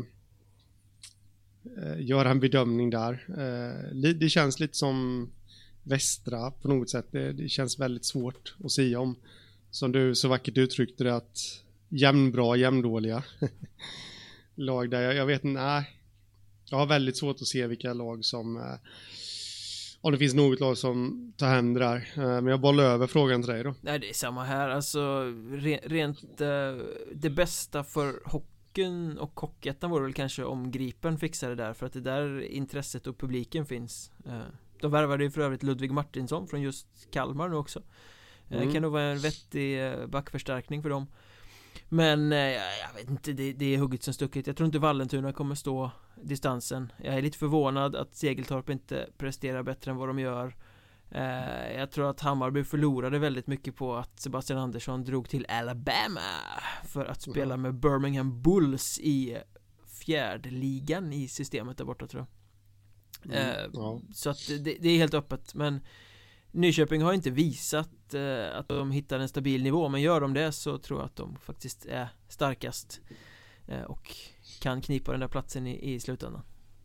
göra en bedömning där. Eh, det känns lite som västra på något sätt. Det, det känns väldigt svårt att säga om, som du så vackert uttryckte det, att jämnbra, jämndåliga lag där. Jag, jag vet inte, nej. Jag har väldigt svårt att se vilka lag som, eh, om det finns något lag som tar hem det där. Eh, men jag bollar över frågan till dig då. Nej, det är samma här. Alltså, re, rent eh, det bästa för hockeyn och hockeyettan vore väl kanske om Gripen fixar det där, för att det där intresset och publiken finns. Eh, de värvade ju för övrigt Ludvig Martinsson från just Kalmar nu också. Eh, mm. Kan nog vara en vettig eh, backförstärkning för dem. Men eh, jag vet inte, det, det är hugget som stucket. Jag tror inte Vallentuna kommer stå distansen. Jag är lite förvånad att Segeltorp inte presterar bättre än vad de gör. eh, Jag tror att Hammarby förlorade väldigt mycket på att Sebastian Andersson drog till Alabama för att spela mm. med Birmingham Bulls i fjärdeligan i systemet där borta, tror jag. mm. eh, ja. Så att det, det är helt öppet. Men Nyköping har inte visat eh, att de hittar en stabil nivå, men gör de det så tror jag att de faktiskt är starkast eh, och kan knipa den där platsen i, i slutändan.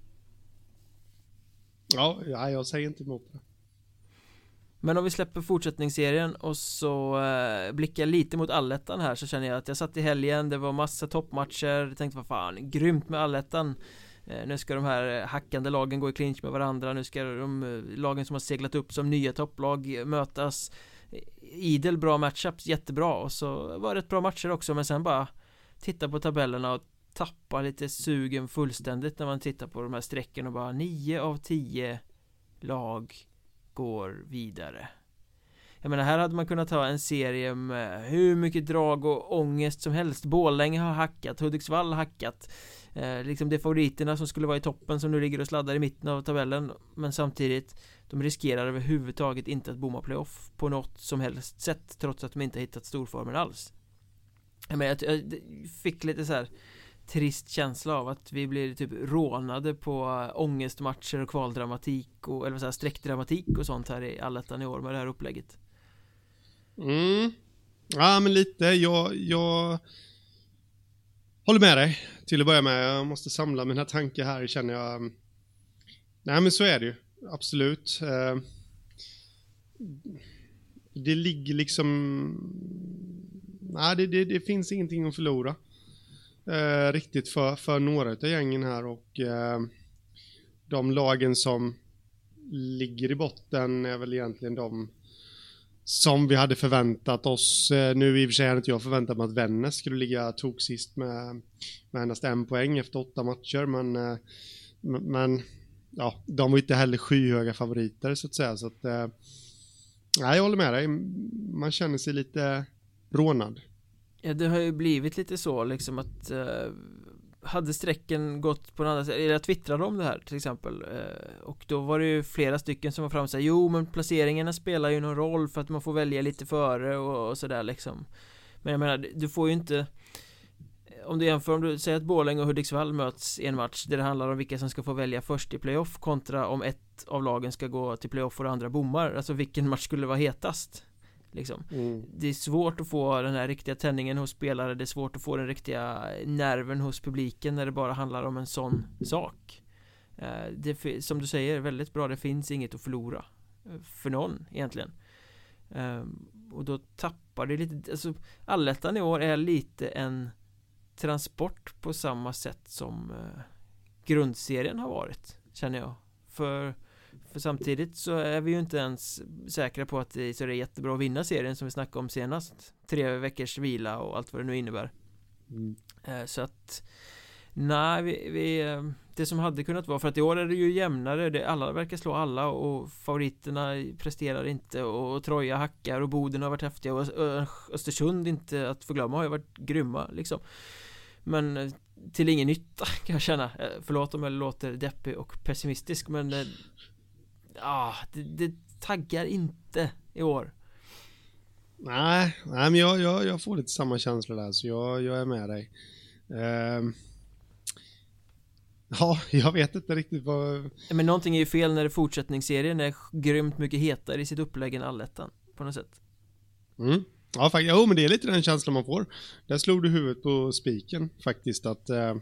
Ja, ja, jag säger inte emot det. Men om vi släpper fortsättningsserien och så eh, blickar lite mot allettan här, så känner jag att jag satt i helgen, det var massa toppmatcher, jag tänkte vad fan, grymt med allettan. Nu ska de här hackande lagen gå i clinch med varandra. Nu ska de lagen som har seglat upp som nya topplag mötas. Idel bra matchups, jättebra. Och så var det ett bra matcher också. Men sen bara titta på tabellerna och tappa lite sugen fullständigt när man tittar på de här strecken och bara nio av tio lag går vidare. Jag menar, här hade man kunnat ta en serie med hur mycket drag och ångest som helst. Borlänge har hackat, Hudiksvall har hackat. Eh, liksom det är favoriterna som skulle vara i toppen som nu ligger och sladdar i mitten av tabellen, men samtidigt de riskerar överhuvudtaget inte att bomma playoff på något som helst sätt, trots att de inte har hittat storformen alls. Men jag, jag fick lite så här trist känsla av att vi blir typ rånade på ångestmatcher och kvaldramatik och, eller så här sträckdramatik och sånt här i allettan i år med det här upplägget. Mm. Ja, men lite jag, jag håller med dig till att börja med. Jag måste samla mina tankar här, känner jag. Nej, men så är det ju. Absolut. det ligger liksom, nej det, det, det finns ingenting att förlora eh, riktigt för, för några av gängen här, och eh, de lagen som ligger i botten är väl egentligen de som vi hade förväntat oss. Nu i och för sig hade inte jag förväntat mig att Vännäs skulle ligga tok sist med, med endast en poäng efter åtta matcher, men, men ja, de var inte heller skyhöga favoriter så att säga, så att nej, jag håller med dig, man känner sig lite rånad. Ja, det har ju blivit lite så liksom att uh, hade sträcken gått på något annat sätt, jag twittrade om det här till exempel, uh, och då var det ju flera stycken som var framme och sa, jo men placeringarna spelar ju någon roll för att man får välja lite före och, och sådär liksom. Men jag menar, du får ju inte, om du jämför, om du säger att Borlänge och Hudiksvall möts i en match där det handlar om vilka som ska få välja först i playoff kontra om ett av lagen ska gå till playoff och det andra bommar, alltså vilken match skulle vara hetast liksom. Mm. Det är svårt att få den här riktiga tändningen hos spelare, det är svårt att få den riktiga nerven hos publiken när det bara handlar om en sån sak. Det, som du säger, väldigt bra, det finns inget att förlora för någon egentligen. Och då tappar det lite, alltså allettan i år är lite en transport på samma sätt som grundserien har varit, känner jag. För För samtidigt så är vi ju inte ens säkra på att det, så det är jättebra att vinna serien som vi snackade om senast. Tre veckors vila och allt vad det nu innebär. Mm. Så att nej, vi, vi, det som hade kunnat vara, för att i år är det ju jämnare, det, alla verkar slå alla och favoriterna presterar inte och, och Troja hackar och Boden har varit häftiga och Östersund, inte att förglömma, har ju varit grymma liksom. Men till ingen nytta kan jag känna. Förlåt om jag låter deppig och pessimistisk, men ah, det, det taggar inte i år. Nej, nej men jag, jag, jag får lite samma känsla där, så jag, jag är med dig. Uh, ja, jag vet inte riktigt vad... Men någonting är ju fel när fortsättningsserien är grymt mycket hetare i sitt upplägg än allettan, på något sätt. Mm. Ja, faktiskt, jo, men det är lite den känslan man får. Där slog du huvudet på spiken faktiskt, att... Uh...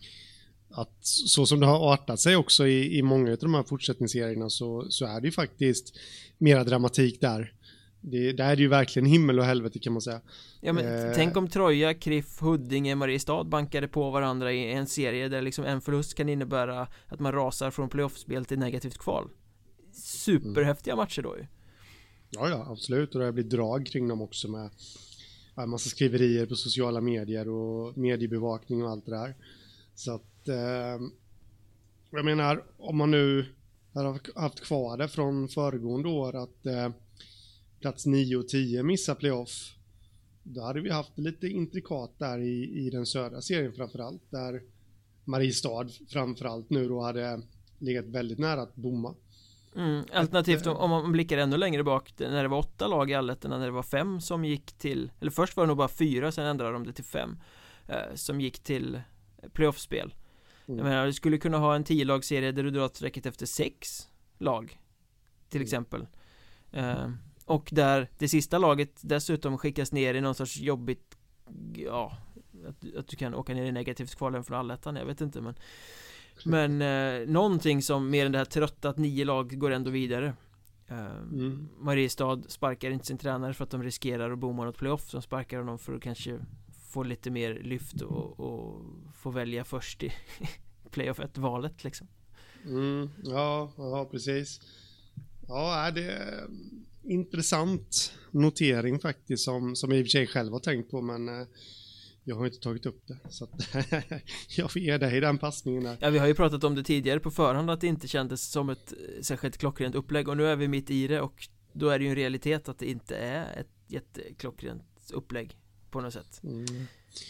att så som det har artat sig också i, i många av de här fortsättningsserierna, så, så är det ju faktiskt mera dramatik där. Det, där är det ju verkligen himmel och helvete kan man säga. Ja, men eh. tänk om Troja, Kriff, Huddinge, Mariestad bankade på varandra i en serie där liksom en förlust kan innebära att man rasar från playoffspel till negativt kval. Superhäftiga mm. matcher då ju. Ja, ja, absolut. Och det blir drag kring dem också med en massa skriverier på sociala medier och mediebevakning och allt det där. Så att eh, jag menar, om man nu har haft kvar det från föregående år att eh, plats nio och tio missar playoff, då hade vi haft lite intrikat där i, i den södra serien framförallt, där Mariestad framförallt nu då hade legat väldigt nära att bomma. Mm, alternativt om, om man blickar ännu längre bak, när det var åtta lag i allettan, när det var fem som gick till, eller först var det nog bara fyra, sen ändrade de det till fem eh, som gick till playoffspel. Mm. Jag menar, du skulle kunna ha en tio-lagsserie där du drar strecket efter sex lag till mm. exempel. Eh, och där det sista laget dessutom skickas ner i någon sorts jobbigt, ja, att, att du kan åka ner i negativt kvalen från allettan, jag vet inte, men men eh, någonting som mer än det här trötta att nio lag går ändå vidare. eh, mm. Mariestad sparkar inte sin tränare för att de riskerar att bomma något playoff, som sparkar honom för att kanske få lite mer lyft och, och få välja först i playoff ett-valet liksom. Mm, ja, ja, precis. Ja, det är intressant notering faktiskt, som, som jag i och för sig själv har tänkt på, men eh, jag har inte tagit upp det, så att jag får ge dig den passningen där. Ja, vi har ju pratat om det tidigare på förhand, att det inte kändes som ett särskilt klockrent upplägg, och nu är vi mitt i det, och då är det ju en realitet att det inte är ett jätteklockrent upplägg på något sätt. Mm.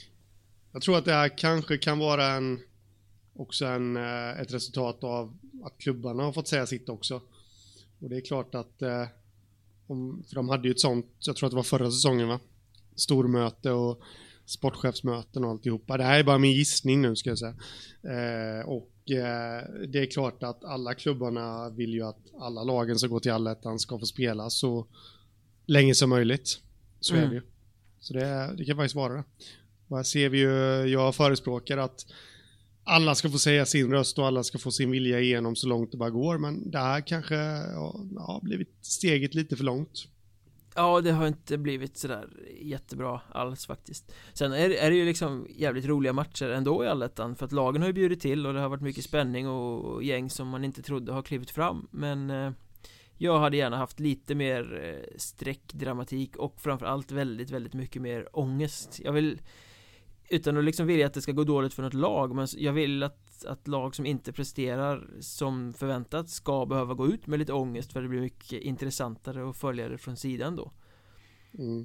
Jag tror att det här kanske kan vara en också en, ett resultat av att klubbarna har fått säga sitt också. Och det är klart att eh, om, för de hade ju ett sånt, jag tror att det var förra säsongen va? Stormöte och sportchefsmöten och alltihopa. Det här är bara min gissning nu ska jag säga. Eh, och eh, det är klart att alla klubbarna vill ju att alla lagen som går till allettan ska få spela så länge som möjligt. Så mm. är det ju. Så det, det kan faktiskt vara det. Och här ser vi ju, jag förespråkar att alla ska få säga sin röst och alla ska få sin vilja igenom så långt det bara går. Men det här kanske ja, har blivit steget lite för långt. Ja, det har inte blivit sådär jättebra alls faktiskt. Sen är, är det ju liksom jävligt roliga matcher ändå i Allettan. För att lagen har ju bjudit till och det har varit mycket spänning och gäng som man inte trodde har klivit fram. Men eh, jag hade gärna haft lite mer eh, sträckdramatik och framförallt väldigt, väldigt mycket mer ångest. Jag vill, utan att liksom vilja att det ska gå dåligt för något lag, men jag vill att, att lag som inte presterar som förväntat ska behöva gå ut med lite ångest, för det blir mycket intressantare att följa det från sidan då. Mm.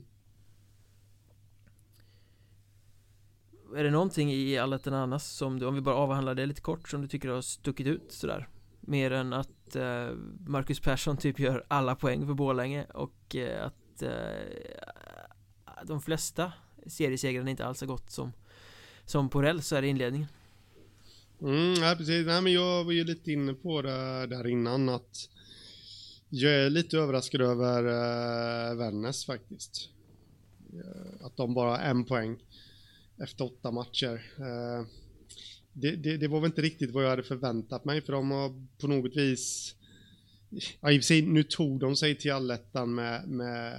Är det någonting i Allettan annars som du, om vi bara avhandlar det lite kort, som du tycker har stuckit ut sådär? Mer än att eh, Marcus Persson typ gör alla poäng för Borlänge och eh, att eh, de flesta seriesegrarna inte alls har gått som, som på räls så är det inledningen. Mm, ja, precis. Nej, men jag var ju lite inne på det där innan att jag är lite överraskad över uh, Vännäs faktiskt. Uh, att de bara har en poäng efter åtta matcher. Uh, det, det, det var väl inte riktigt vad jag hade förväntat mig, för de har på något vis, ja, i och för sig, nu tog de sig till Allettan med, med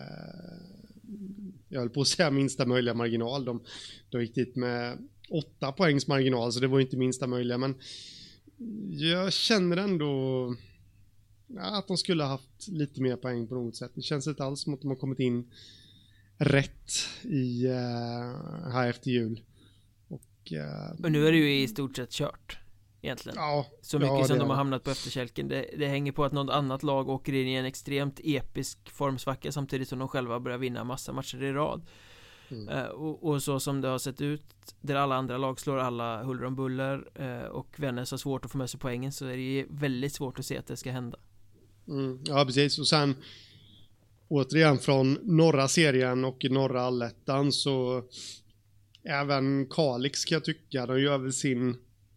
jag höll på att säga minsta möjliga marginal. De, de gick dit med åtta poängs marginal, så det var inte minsta möjliga, men jag känner ändå att de skulle ha haft lite mer poäng på något sätt. Det känns inte alls som att de har kommit in rätt i uh, här efter jul. Och, uh, och nu är det ju i stort sett kört egentligen. Ja, så mycket ja, som det de har är. hamnat på efterkälken. Det, det hänger på att något annat lag åker in i en extremt episk formsvacka samtidigt som de själva börjar vinna massa matcher i rad. Mm. Uh, och, och så som det har sett ut, där alla andra lag slår alla huller om buller uh, och Vännäs har svårt att få med sig poängen, så är det väldigt svårt att se att det ska hända. Mm, ja, precis. Och sen återigen från norra serien och norra Allettan, så även Kalix kan jag tycka, de gör väl sin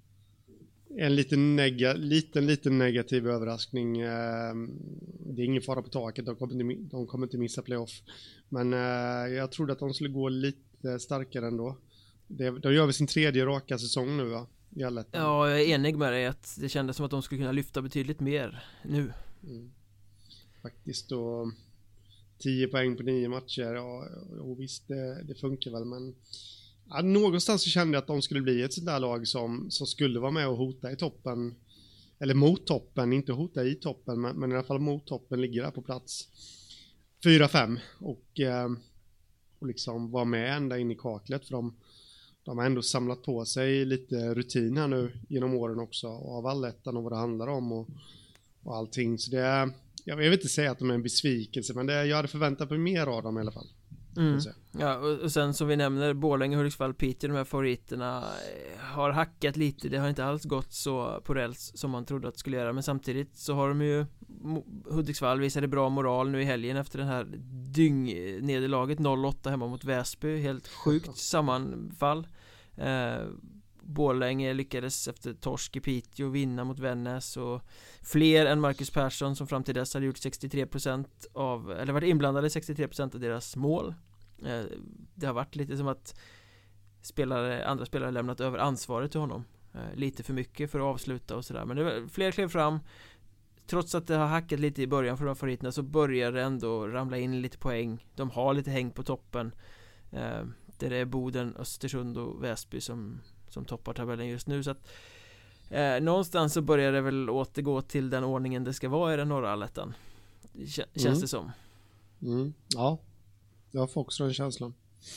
en liten, nega, liten, liten negativ överraskning. Det är ingen fara på taket, de kommer inte, de kommer inte missa playoff. Men jag trodde att de skulle gå lite starkare ändå. De gör väl sin tredje raka säsong nu, va? I Allettan. Ja, jag är enig med dig att det kändes som att de skulle kunna lyfta betydligt mer nu. Mm. Faktiskt då tio poäng på nio matcher, ja, och visst det, det funkar väl, men ja, någonstans så kände jag att de skulle bli ett sånt där lag som, som skulle vara med och hota i toppen, eller mot toppen, inte hota i toppen, men, men i alla fall mot toppen, ligger där på plats fyra fem och, eh, och liksom vara med ända in i kaklet, för de, de har ändå samlat på sig lite rutin här nu genom åren också, av Allettan och vad det handlar om och, och allting, så det är, jag vill inte säga att de är en besvikelse, men det, jag hade förväntat mig mer av dem i alla fall. Mm. Ja, och, och sen som vi nämner Borlänge, Hudiksvall, Piteå, de här favoriterna har hackat lite. Det har inte alls gått så på räls som man trodde att det skulle göra, men samtidigt så har de ju, Hudiksvall visade bra moral nu i helgen efter den här dyngnederlaget noll åtta hemma mot Väsby, helt sjukt sammanfall. eh, Borlänge lyckades efter torsk i Piteå vinna mot Vännäs, och fler än Marcus Persson som fram till dess hade gjort sextiotre procent av, eller varit inblandade i sextiotre procent av deras mål. eh, Det har varit lite som att spelare, andra spelare lämnat över ansvaret till honom, eh, lite för mycket för att avsluta och sådär, men det var, fler klev fram. Trots att det har hackat lite i början för de favoriterna, så börjar det ändå ramla in lite poäng. De har lite häng på toppen, eh, där det är Boden, Östersund och Väsby som som toppar tabellen just nu, så att eh, någonstans så börjar det väl återgå till den ordningen det ska vara i den norra Allettan. K- känns mm. det som. Mm. Ja, jag får också den känslan.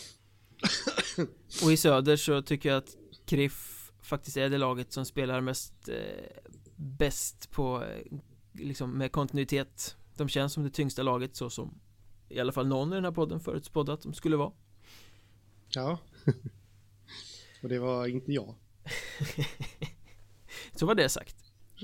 Och i söder så tycker jag att Kriff faktiskt är det laget som spelar mest eh, bäst på eh, liksom med kontinuitet. De känns som det tyngsta laget, så som i alla fall någon i den här podden förutspådde att de skulle vara. Ja. Och det var inte jag. Så var det sagt.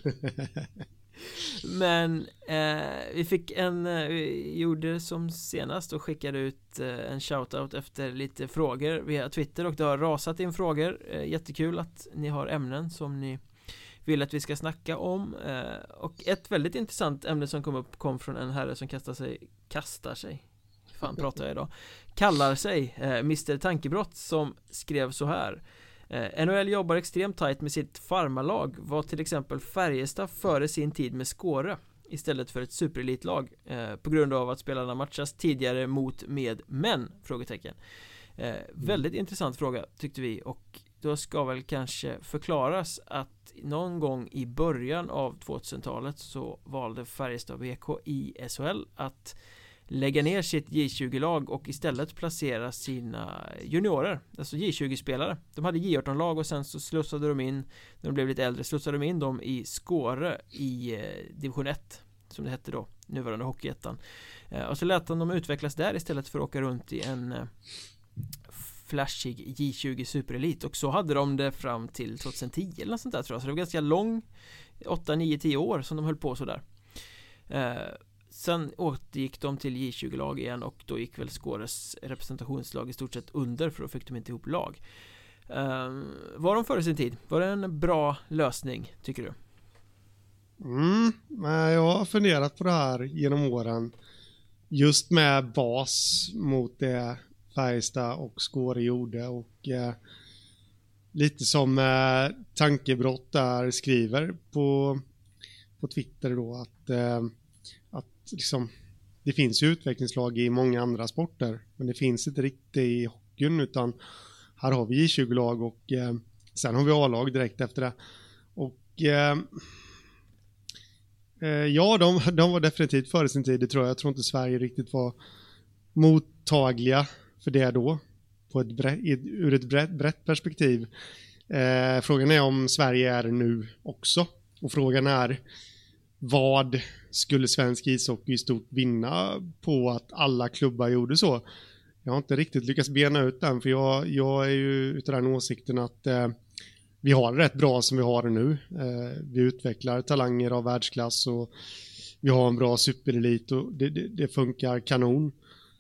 Men eh, vi fick en eh, vi gjorde som senast och skickade ut eh, en shoutout efter lite frågor via Twitter, och det har rasat in frågor. eh, Jättekul att ni har ämnen som ni vill att vi ska snacka om, eh, och ett väldigt intressant ämne som kom upp kom från en herre som kastar sig kastar sig fan pratar jag idag kallar sig eh, mister Tankebrott, som skrev så här: N H L jobbar extremt tajt med sitt farmarlag. Var till exempel Färjestad före sin tid med Skåre istället för ett superelitlag eh, på grund av att spelarna matchas tidigare mot med män? Frågetecken. Eh, väldigt mm. intressant fråga tyckte vi, och då ska väl kanske förklaras att någon gång i början av tvåtusentalet så valde Färjestad B K i S H L att lägga ner sitt J tjugo-lag och istället placera sina juniorer, alltså J tjugo-spelare. De hade J arton-lag och sen så slussade de in, när de blev lite äldre, slussade de in dem i Skåre i eh, division ett, som det hette då, nuvarande Hockeyettan. Eh, och så lät de dem utvecklas där istället för att åka runt i en eh, flashig J tjugo superelit, och så hade de det fram till tjugohundratio eller något sånt där tror jag, så det var ganska lång, åtta, nio, tio år som de höll på så där. Eh, sen återgick de till J tjugo-lag igen, och då gick väl Skåres representationslag i stort sett under, för då fick de inte ihop lag. Eh, var de före sin tid? Var det en bra lösning, tycker du? Mm, jag har funderat på det här genom åren, just med bas mot det Färjestad och Skåre gjorde, och eh, lite som eh, tankebrott där skriver på, på Twitter då att, eh, att liksom, det finns ju utvecklingslag i många andra sporter, men det finns inte riktigt i hockeyn, utan här har vi J tjugo-lag och eh, sen har vi A-lag direkt efter det. Och eh, eh, ja, de, de var definitivt före sin tid, det tror jag. Jag tror inte Sverige riktigt var mottagliga för det då, på ett brett, ur ett brett, brett perspektiv. Eh, frågan är om Sverige är nu också, och frågan är, vad skulle svensk ishockey i stort vinna på att alla klubbar gjorde så? Jag har inte riktigt lyckats bena ut den, för jag, jag är ju utav den åsikten att eh, vi har det rätt bra som vi har det nu. Eh, vi utvecklar talanger av världsklass och vi har en bra superelit, och det, det, det funkar kanon.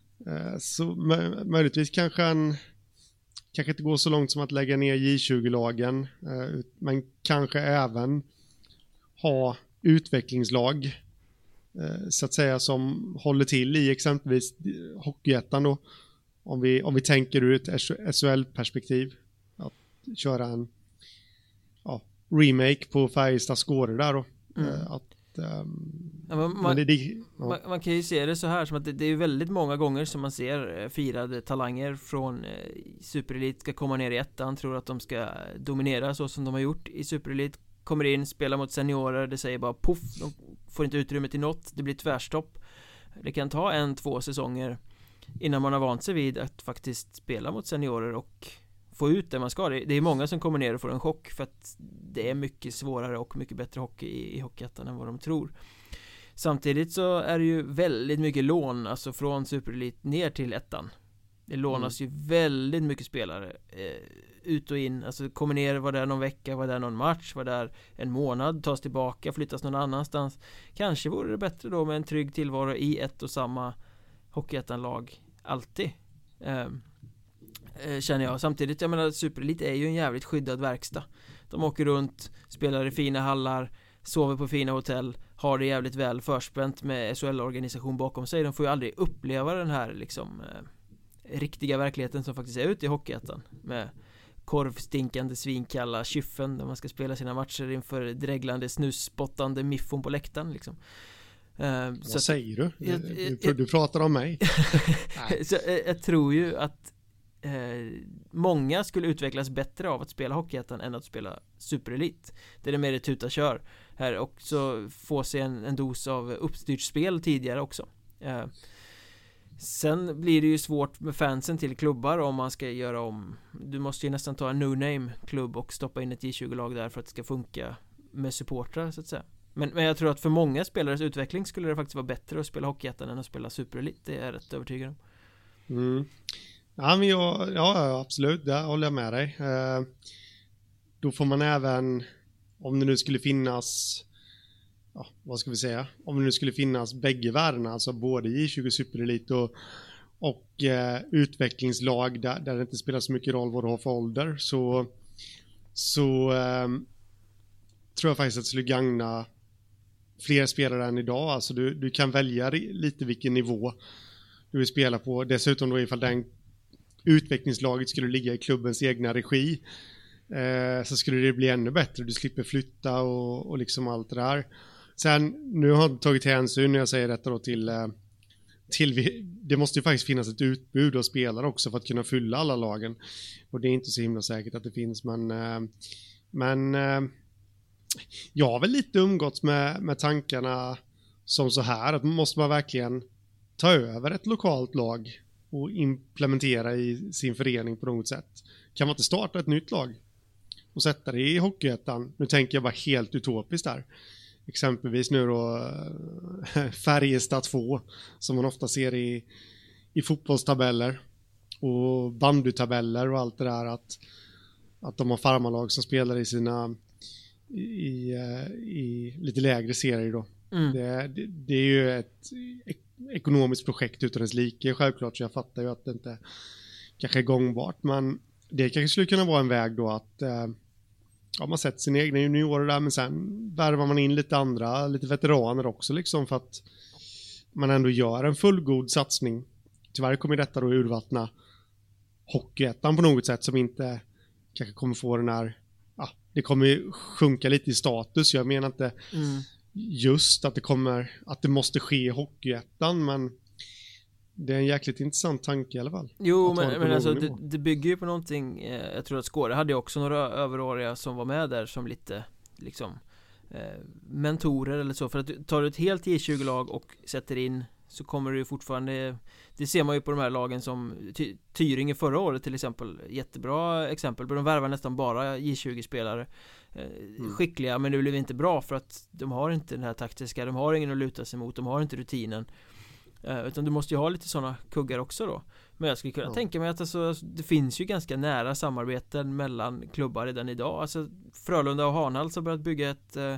Så möjligtvis kanske en, kanske inte går så långt som att lägga ner J tjugo-lagen, men kanske även ha utvecklingslag så att säga, som håller till i exempelvis Hockeyettan då, om vi, om vi tänker ur ett S H L-perspektiv, att köra en ja, remake på Färjestad Skåre där då. Mm. Att Ja, man, man, det, det, ja. man, man kan ju se det så här, som att det, det är väldigt många gånger som man ser eh, firade talanger från eh, superelit ska komma ner i ettan, tror att de ska dominera så som de har gjort i superelit, kommer in, spelar mot seniorer, det säger bara puff, de får inte utrymme till något, det blir tvärstopp. Det kan ta en, två säsonger innan man har vant sig vid att faktiskt spela mot seniorer och få ut det man ska. Det är många som kommer ner och får en chock, för att det är mycket svårare och mycket bättre hockey i, i Hockeyettan än vad de tror. Samtidigt så är det ju väldigt mycket lån, alltså från superelit ner till ettan. Det lånas mm. ju väldigt mycket spelare eh, ut och in, alltså kommer ner, var där någon vecka, var där någon match, var där en månad, tas tillbaka, flyttas någon annanstans. Kanske vore det bättre då med en trygg tillvaro i ett och samma Hockeyettan-lag alltid. Eh, känner jag. Samtidigt, jag menar, superelit är ju en jävligt skyddad verkstad. De åker runt, spelar i fina hallar, sover på fina hotell, har det jävligt väl förspänt med S H L-organisation bakom sig. De får ju aldrig uppleva den här liksom eh, riktiga verkligheten som faktiskt är ute i Hockeyettan, med korvstinkande svinkalla kyffen där man ska spela sina matcher inför dreglande snusspottande miffon på läktaren liksom. Eh, Vad så säger du? Jag, du, du, du pratar om mig. så, jag, jag tror ju att Eh, många skulle utvecklas bättre av att spela Hockeyettan än att spela superelit. Det är mer ett tuta kör här, och så få sig en, en dos av uppstyrt spel tidigare också. Eh, sen blir det ju svårt med fansen till klubbar om man ska göra om. Du måste ju nästan ta en no-name klubb och stoppa in ett J tjugo-lag där för att det ska funka med supportrar så att säga. Men, men jag tror att för många spelares utveckling skulle det faktiskt vara bättre att spela Hockeyettan än att spela superelit. Det är jag rätt övertygad om. Mm. Ja, men jag, ja, absolut, där håller jag med dig. Eh, då får man även, om det nu skulle finnas, ja, vad ska vi säga, om det nu skulle finnas bägge världarna, alltså både J tjugo superelit och, och eh, utvecklingslag där, där det inte spelar så mycket roll vad du har för ålder, så, så eh, tror jag faktiskt att det skulle gagna fler spelare än idag. Alltså du, du kan välja lite vilken nivå du vill spela på. Dessutom då ifall den utvecklingslaget skulle ligga i klubbens egna regi, eh, så skulle det bli ännu bättre. Du slipper flytta och, och liksom allt det där. Sen, nu har jag tagit hänsyn när jag säger detta då till, eh, till vi, det måste ju faktiskt finnas ett utbud av spelare också för att kunna fylla alla lagen. Och det är inte så himla säkert att det finns, men eh, men eh, jag har väl lite umgåtts med, med tankarna som så här, att måste man verkligen ta över ett lokalt lag och implementera i sin förening på något sätt. Kan man inte starta ett nytt lag och sätta det i Hockeyettan? Nu tänker jag bara helt utopiskt där. Exempelvis nu då Färjestad två som man ofta ser i, i fotbollstabeller och bandytabeller och allt det där, att, att de har farmarlag som spelar i sina i, i, i lite lägre serier då. Mm. Det, det, det är ju ett ekonomiskt projekt utan dess like självklart, så jag fattar ju att det inte kanske är gångbart, men det kanske skulle kunna vara en väg då att eh, ja, man sätter sina egna juniorer där, men sen värvar man in lite andra, lite veteraner också liksom, för att man ändå gör en fullgod satsning. Tyvärr kommer detta då urvattna Hockeyettan på något sätt, som inte kanske kommer få den här, ja, det kommer sjunka lite i status. Jag menar inte mm. just att det kommer, att det måste ske i Hockeyettan, men det är en jäkligt intressant tanke i alla fall. Jo, men, men alltså det, det bygger ju på någonting. eh, Jag tror att Skåre hade också några överåriga som var med där som lite liksom eh, mentorer eller så. För att tar du ett helt J tjugo-lag och sätter in, så kommer det ju fortfarande, det ser man ju på de här lagen som Ty- Tyringe förra året till exempel, jättebra exempel. De värvar nästan bara J tjugo-spelare, eh, mm. skickliga, men det blev inte bra för att de har inte den här taktiska, de har ingen att luta sig mot, de har inte rutinen. Uh, utan du måste ju ha lite sådana kuggar också då. Men jag skulle kunna ja. tänka mig att alltså, det finns ju ganska nära samarbeten mellan klubbar redan idag. Alltså Frölunda och Hanhals har börjat bygga ett uh,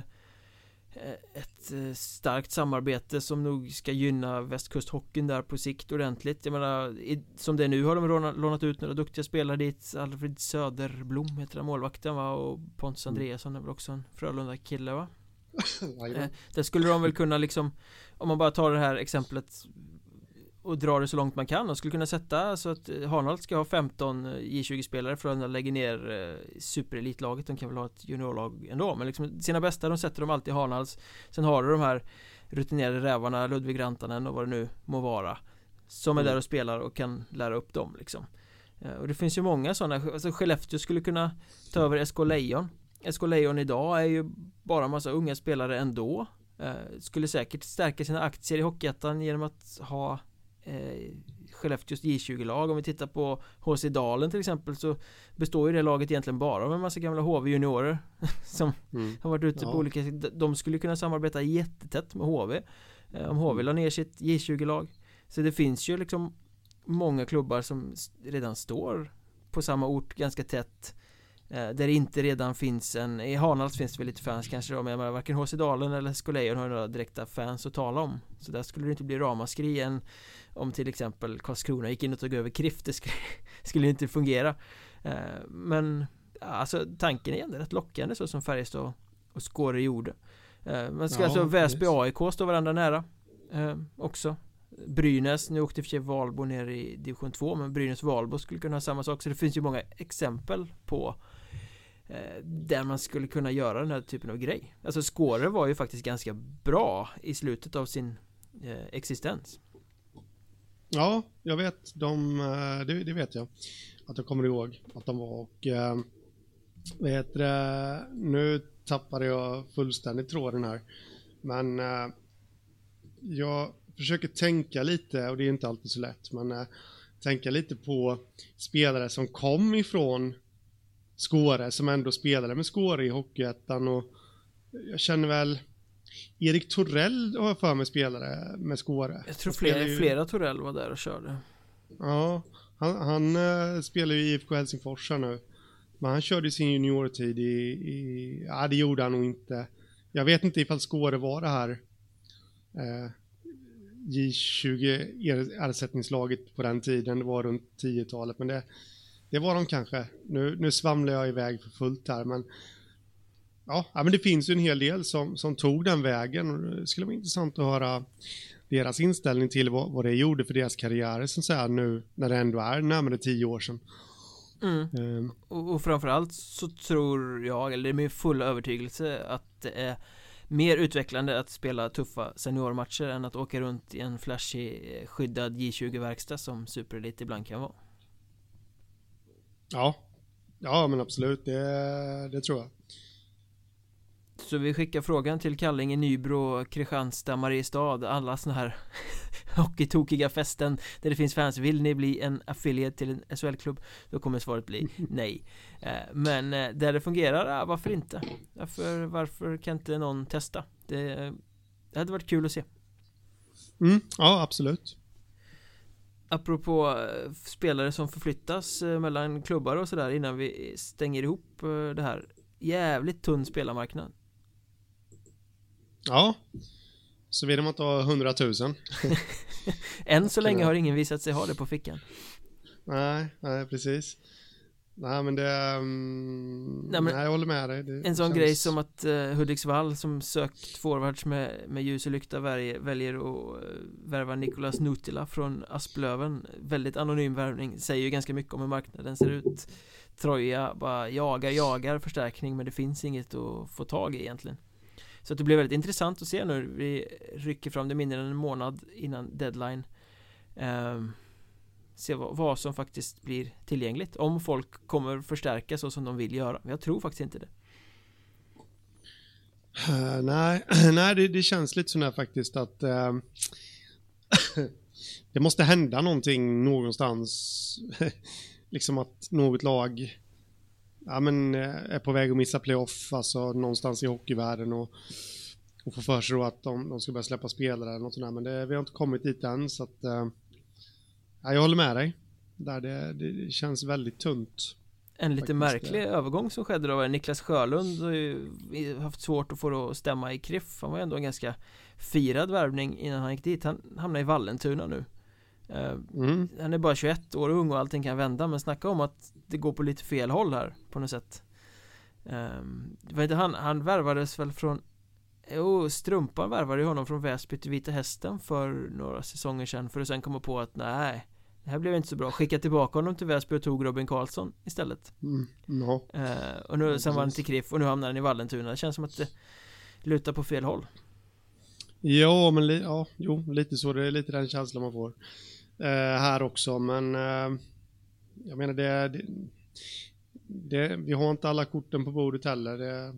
ett uh, starkt samarbete som nog ska gynna västkusthockeyn där på sikt ordentligt. Jag menar, i, som det är nu har de rånat, lånat ut några duktiga spelare dit. Alfred Söderblom heter han, målvakten, va? Och Pontus Andreasson är väl också en Frölunda-kille, va? eh, där skulle de väl kunna liksom, om man bara tar det här exemplet och drar det så långt man kan, och skulle kunna sätta så att Hanhals ska ha femton J tjugo-spelare för att lägga ner eh, superelitlaget. De kan väl ha ett juniorlag ändå, men liksom sina bästa, de sätter de alltid i Hanhals. Sen har du de här rutinerade rävarna, Ludvig Rantanen och vad det nu må vara, som är mm. där och spelar och kan lära upp dem liksom. eh, och det finns ju många sådana, alltså Skellefteå skulle kunna ta över S K Lejon. S K Lejon idag är ju bara en massa unga spelare ändå. eh, Skulle säkert stärka sina aktier i Hockeyettan genom att ha eh, Skellefteås J tjugo-lag. Om vi tittar på H C Dalen till exempel, så består ju det laget egentligen bara av en massa gamla H V-juniorer som mm. har varit ute ja. på olika. De skulle kunna samarbeta jättetätt med H V eh, om H V la ner sitt J tjugo-lag. Så det finns ju liksom många klubbar som redan står på samma ort ganska tätt, där det inte redan finns en. I Hanhals finns det väl lite fans kanske då, men varken H C Dalen eller Skolejon har några direkta fans att tala om. Så där skulle det inte bli ramaskri än om till exempel Karlskrona gick in och tog över Krift. Det skulle, skulle inte fungera. Men alltså tanken är ändå rätt lockande, så som Färjestad och Skåre gjorde. Man ska ja, alltså Väsby A I K stå varandra nära också. Brynäs, nu åkte för sig Valbo ner i division två, men Brynäs Valbo skulle kunna ha samma sak. Så det finns ju många exempel på eh, där man skulle kunna göra den här typen av grej. Alltså Skåre var ju faktiskt ganska bra i slutet av sin eh, existens. Ja, jag vet de, det, det vet jag att jag kommer ihåg att de var, och eh, vet det, nu tappade jag fullständigt tråden här, men eh, jag försöker tänka lite, och det är inte alltid så lätt, men äh, tänka lite på spelare som kom ifrån Skåre, som ändå spelade med Skåre i Hockeyettan. Och jag känner väl Erik Torell har jag för mig spelare med Skåre. Jag tror flera, ju... flera Torell var där och körde. Ja, han, han äh, spelar ju i I F K Helsingfors här nu. Men han körde sin juniortid i, i... Ja, det gjorde han nog inte. Jag vet inte ifall Skåre var det här äh, J tjugo-ersättningslaget på den tiden. Det var runt tiotalet, men det, det var de kanske. Nu, nu svamlar jag iväg för fullt här, men ja, men det finns ju en hel del som, som tog den vägen, och det skulle vara intressant att höra deras inställning till vad, vad det gjorde för deras karriärer, som säger nu när det ändå är närmare tio år sedan. Mm. Um. Och, och framförallt så tror jag, eller det är min fulla övertygelse, att det är mer utvecklande att spela tuffa seniormatcher än att åka runt i en flashig skyddad J tjugo-verkstad som Superelite ibland kan vara. Ja, ja men absolut, det, det tror jag. Så vi skickar frågan till Kallinge, Nybro, Kristianstad, Mariestad, alla såna här hockeytokiga festen där det finns fans. Vill ni bli en affiliate till en S H L-klubb? Då kommer svaret bli nej. Men där det fungerar, varför inte? Varför, varför kan inte någon testa? Det, det hade varit kul att se. Mm, ja, absolut. Apropå spelare som förflyttas mellan klubbar och sådär, innan vi stänger ihop det här, jävligt tunn spelarmarknad. Ja, så vill de inte ha hundratusen. Än så länge har ingen visat sig ha det på fickan. Nej, nej precis. Nej men det um, nej, men nej, jag håller med dig. Det en sån känns... grej som att uh, Hudiksvall som sökt forwards med, med ljus och lykta väljer, väljer att uh, värva Nicolas Nutila från Asplöven. Väldigt anonym värvning, säger ju ganska mycket om hur marknaden ser ut. Troja bara jagar, jagar förstärkning, men det finns inget att få tag i egentligen. Så att det blir väldigt intressant att se nu. Vi rycker fram det mindre än en månad innan deadline. Um, se vad, vad som faktiskt blir tillgängligt. Om folk kommer förstärka så som de vill göra. Men jag tror faktiskt inte det. Uh, nej, nej det, det känns lite sådär faktiskt att uh, det måste hända någonting någonstans. Liksom att något lag ja, men, är på väg att missa playoff, alltså någonstans i hockeyvärlden och, och få för sig då att de, de ska börja släppa spelare eller något sånt där. Men det, vi har inte kommit dit än, så att uh, ja, jag håller med dig. Där det, det känns väldigt tunt. En lite faktiskt, märklig det. övergång som skedde då var Niklas Sjölund har ju haft svårt att få det att stämma i K R I F. Han var ändå en ganska firad värvning innan han gick dit. Han hamnar i Vallentuna nu. Uh, mm. Han är bara tjugoett år ung och allting kan vända, men snacka om att det går på lite fel håll här på något sätt. Um, vet inte, han, han värvades väl från jo, Strumpan värvade honom från Väsby till Vita Hästen för några säsonger sedan, för att sen komma på att nej, det här blev inte så bra. Skicka tillbaka honom till Väsby och tog Robin Karlsson istället. Mm. No. Uh, och nu, sen var han till K R I F och nu hamnar han i Vallentuna. Det känns som att det lutar på fel håll. Ja, men li- ja, jo, lite så. Det är lite den känslan man får eh, här också. Men eh, jag menar, det, det, det, vi har inte alla korten på bordet heller. Det,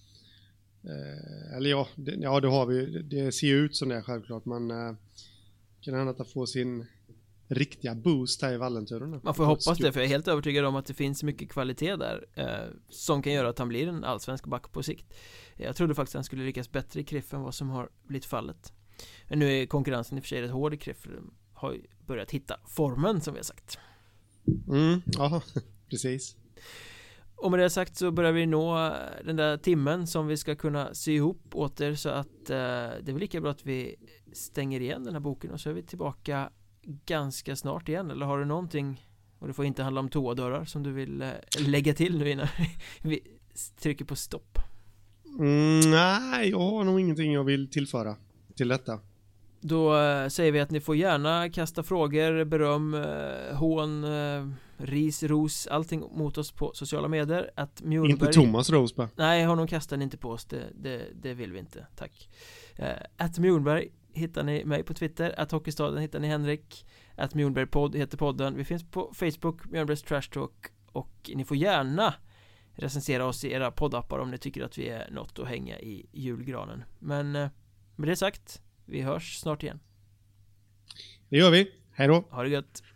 eh, eller ja det, ja, det har vi. Det ser ut som det självklart. Men eh, kan hända att få sin riktiga boost här i Vallentuna. Man får hoppas det, för jag är helt övertygad om att det finns mycket kvalitet där eh, som kan göra att han blir en allsvensk back på sikt. Jag trodde faktiskt att han skulle lyckas bättre i K R I F än vad som har blivit fallet. Men nu är konkurrensen i och för sig rätt hård i K R I F, för de har ju börjat hitta formen som vi har sagt. Mm, ja, precis. Och med det sagt så börjar vi nå den där timmen som vi ska kunna sy ihop åter, så att eh, det är väl lika bra att vi stänger igen den här boken och så är vi tillbaka ganska snart igen. Eller har du någonting, och det får inte handla om toadörrar, som du vill eh, lägga till nu innan vi trycker på stopp? Mm, nej, jag har nog ingenting jag vill tillföra till detta. Då eh, säger vi att ni får gärna kasta frågor, beröm, eh, hån, eh, ris, ros, allting mot oss på sociala medier. Att Mjolberg... Inte Thomas Rosberg. Nej, honom kastar ni inte på oss, det, det, det vill vi inte, tack. eh, Att Mjolberg hittar ni mig på Twitter, att Hockeystaden hittar ni Henrik, att Mjolberg podd heter podden. Vi finns på Facebook, Mjolbergs Trash Talk, och ni får gärna recensera oss i era poddappar om ni tycker att vi är något att hänga i julgranen. Men eh, med det sagt, vi hörs snart igen. Det gör vi. Hej då. Ha det gött.